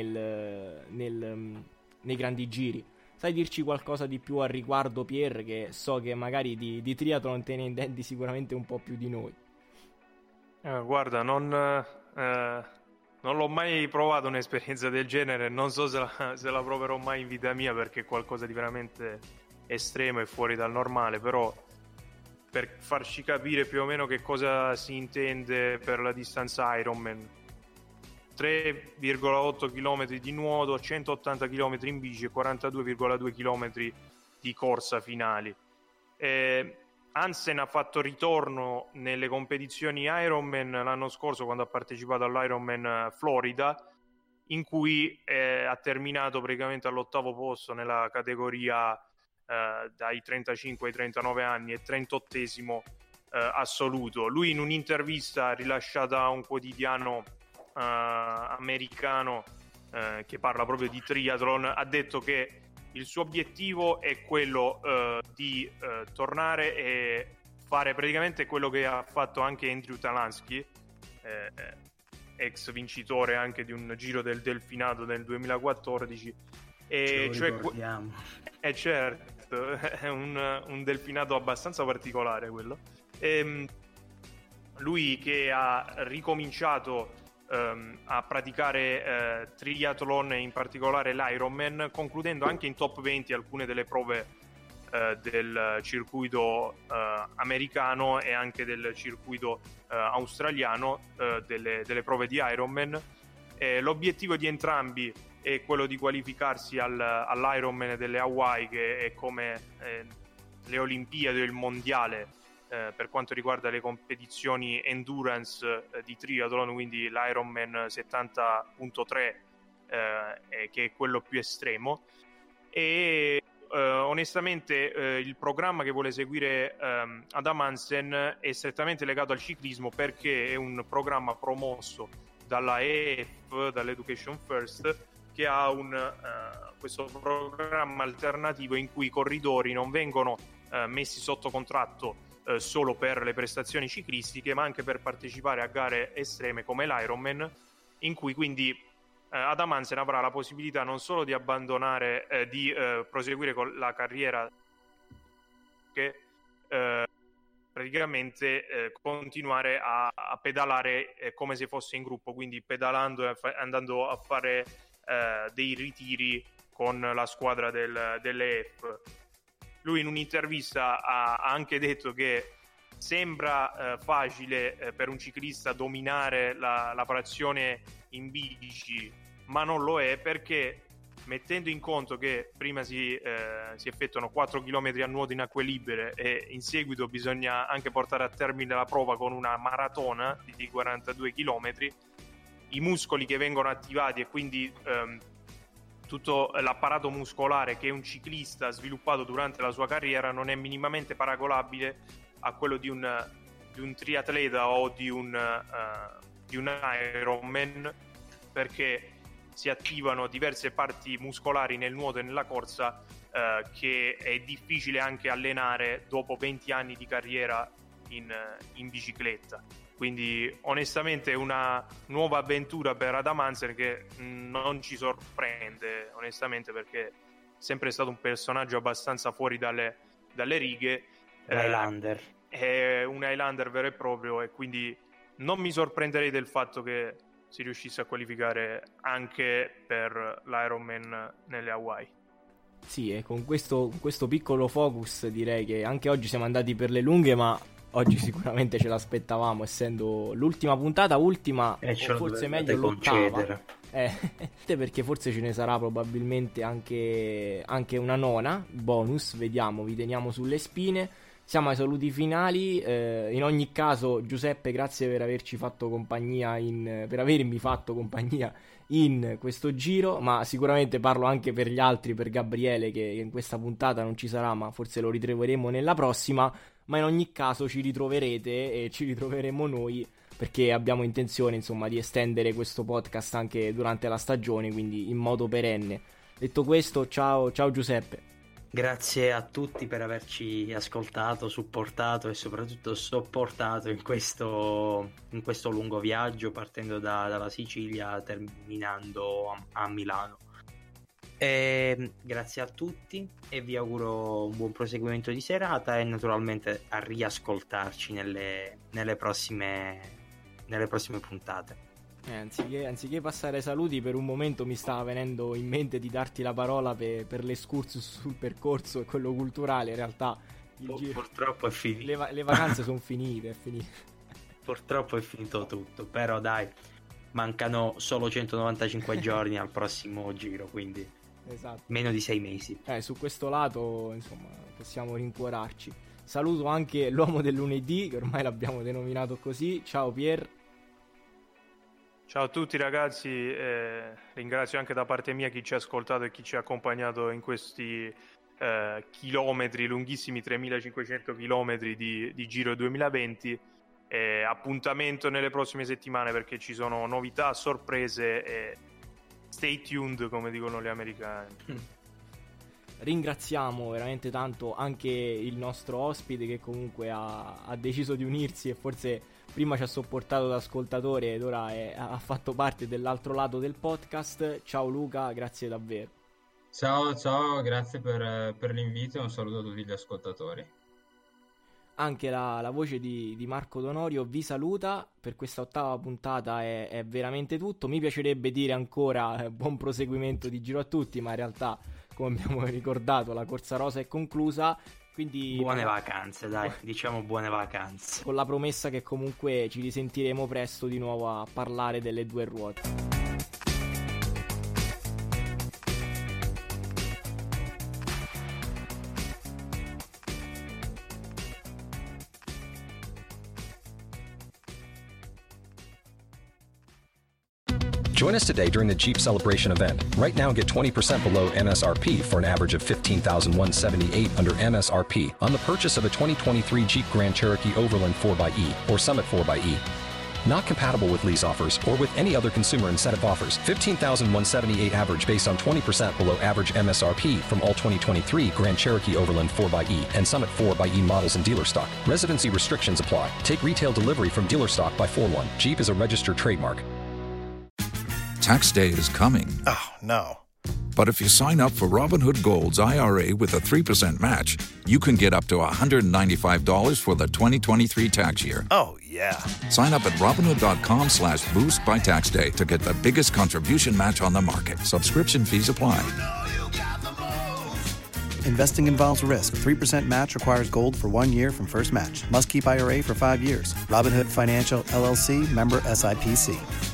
nei grandi giri. Sai dirci qualcosa di più al riguardo, Pier, che so che magari di triathlon te ne intendi sicuramente un po' più di noi. Guarda, non l'ho mai provato un'esperienza del genere, non so se la proverò mai in vita mia, perché è qualcosa di veramente estremo e fuori dal normale, però per farci capire più o meno che cosa si intende per la distanza Ironman: 3,8 km di nuoto, 180 km in bici e 42,2 km di corsa finali. Hansen ha fatto ritorno nelle competizioni Ironman l'anno scorso, quando ha partecipato all'Ironman Florida, in cui ha terminato praticamente all'8° posto nella categoria dai 35 ai 39 anni e 38esimo assoluto. Lui, in un'intervista rilasciata a un quotidiano americano che parla proprio di triathlon, ha detto che il suo obiettivo è quello di tornare e fare praticamente quello che ha fatto anche Andrew Talansky, ex vincitore anche di un Giro del Delfinato nel 2014, e cioè certo, è un delfinato abbastanza particolare quello. Lui che ha ricominciato a praticare triathlon, in particolare l'Ironman, concludendo anche in top 20 alcune delle prove del circuito americano e anche del circuito australiano, delle prove di Ironman. L'obiettivo di entrambi è quello di qualificarsi all'Ironman delle Hawaii, che è come le Olimpiadi o il mondiale per quanto riguarda le competizioni endurance di triathlon, quindi l'Ironman 70.3 che è quello più estremo. E onestamente il programma che vuole seguire Adam Hansen è strettamente legato al ciclismo, perché è un programma promosso dalla EF, dall'Education First, che ha questo programma alternativo in cui i corridori non vengono messi sotto contratto solo per le prestazioni ciclistiche, ma anche per partecipare a gare estreme come l'Ironman, in cui quindi Adam Hansen avrà la possibilità non solo di abbandonare, di proseguire con la carriera, che praticamente continuare a pedalare come se fosse in gruppo, quindi pedalando e andando a fare dei ritiri con la squadra dell'EF. lui in un'intervista ha anche detto che sembra facile per un ciclista dominare la frazione in bici, ma non lo è, perché mettendo in conto che prima si effettuano 4 km a nuoto in acque libere e in seguito bisogna anche portare a termine la prova con una maratona di 42 km, i muscoli che vengono attivati e quindi tutto l'apparato muscolare che un ciclista ha sviluppato durante la sua carriera non è minimamente paragonabile a quello di un triatleta o di un Ironman, perché si attivano diverse parti muscolari nel nuoto e nella corsa che è difficile anche allenare dopo 20 anni di carriera in bicicletta. Quindi onestamente è una nuova avventura per Adam Hansen che non ci sorprende, onestamente, perché è sempre stato un personaggio abbastanza fuori dalle righe. Highlander. È un Highlander vero e proprio, e quindi non mi sorprenderei del fatto che si riuscisse a qualificare anche per l'Ironman nelle Hawaii. Sì, e con questo piccolo focus direi che anche oggi siamo andati per le lunghe, ma oggi sicuramente ce l'aspettavamo, essendo l'ultima puntata, o forse meglio l'ottava, perché forse ce ne sarà probabilmente anche una nona bonus, vediamo, vi teniamo sulle spine. Siamo ai saluti finali. In ogni caso, Giuseppe, grazie per averci fatto compagnia per avermi fatto compagnia in questo giro, ma sicuramente parlo anche per gli altri, per Gabriele che in questa puntata non ci sarà, ma forse lo ritroveremo nella prossima. Ma in ogni caso ci ritroverete e ci ritroveremo noi, perché abbiamo intenzione, insomma, di estendere questo podcast anche durante la stagione, quindi in modo perenne. Detto questo, ciao Giuseppe. Grazie a tutti per averci ascoltato, supportato e soprattutto sopportato in questo lungo viaggio, partendo dalla Sicilia terminando a Milano. Grazie a tutti e vi auguro un buon proseguimento di serata e naturalmente a riascoltarci nelle prossime puntate. Anziché passare ai saluti, per un momento mi stava venendo in mente di darti la parola per l'escursus sul percorso e quello culturale. In realtà purtroppo è finito. Le vacanze sono finite, Purtroppo è finito tutto, però dai, mancano solo 195 giorni al prossimo giro, quindi esatto. Meno di 6 mesi. Su questo lato, insomma, possiamo rincuorarci. Saluto anche l'uomo del lunedì, che ormai l'abbiamo denominato così. Ciao Pier. Ciao a tutti ragazzi, ringrazio anche da parte mia chi ci ha ascoltato e chi ci ha accompagnato in questi chilometri, lunghissimi 3500 chilometri di Giro 2020. Appuntamento nelle prossime settimane, perché ci sono novità, sorprese e stay tuned, come dicono gli americani. Ringraziamo veramente tanto anche il nostro ospite, che comunque ha deciso di unirsi e forse prima ci ha sopportato da ascoltatore ed ora ha fatto parte dell'altro lato del podcast. Ciao Luca, grazie davvero. Ciao, grazie per l'invito e un saluto a tutti gli ascoltatori. Anche la voce di Marco Donorio vi saluta. Per questa ottava puntata è veramente tutto. Mi piacerebbe dire ancora buon proseguimento di Giro a tutti, ma in realtà, come abbiamo ricordato, la corsa rosa è conclusa. Quindi buone vacanze, dai, diciamo buone vacanze. Con la promessa che comunque ci risentiremo presto di nuovo a parlare delle due ruote. Join us today during the Jeep Celebration event. Right now, get 20% below MSRP for an average of $15,178 under MSRP on the purchase of a 2023 Jeep Grand Cherokee Overland 4xE or Summit 4xE. Not compatible with lease offers or with any other consumer incentive offers. $15,178 average based on 20% below average MSRP from all 2023 Grand Cherokee Overland 4xE and Summit 4xE models in dealer stock. Residency restrictions apply. Take retail delivery from dealer stock by 4/1. Jeep is a registered trademark. Tax day is coming. Oh, no. But if you sign up for Robinhood Gold's IRA with a 3% match, you can get up to $195 for the 2023 tax year. Oh, yeah. Sign up at Robinhood.com/boost by tax day to get the biggest contribution match on the market. Subscription fees apply. Investing involves risk. 3% match requires gold for 1 year from first match. Must keep IRA for 5 years. Robinhood Financial LLC, member SIPC.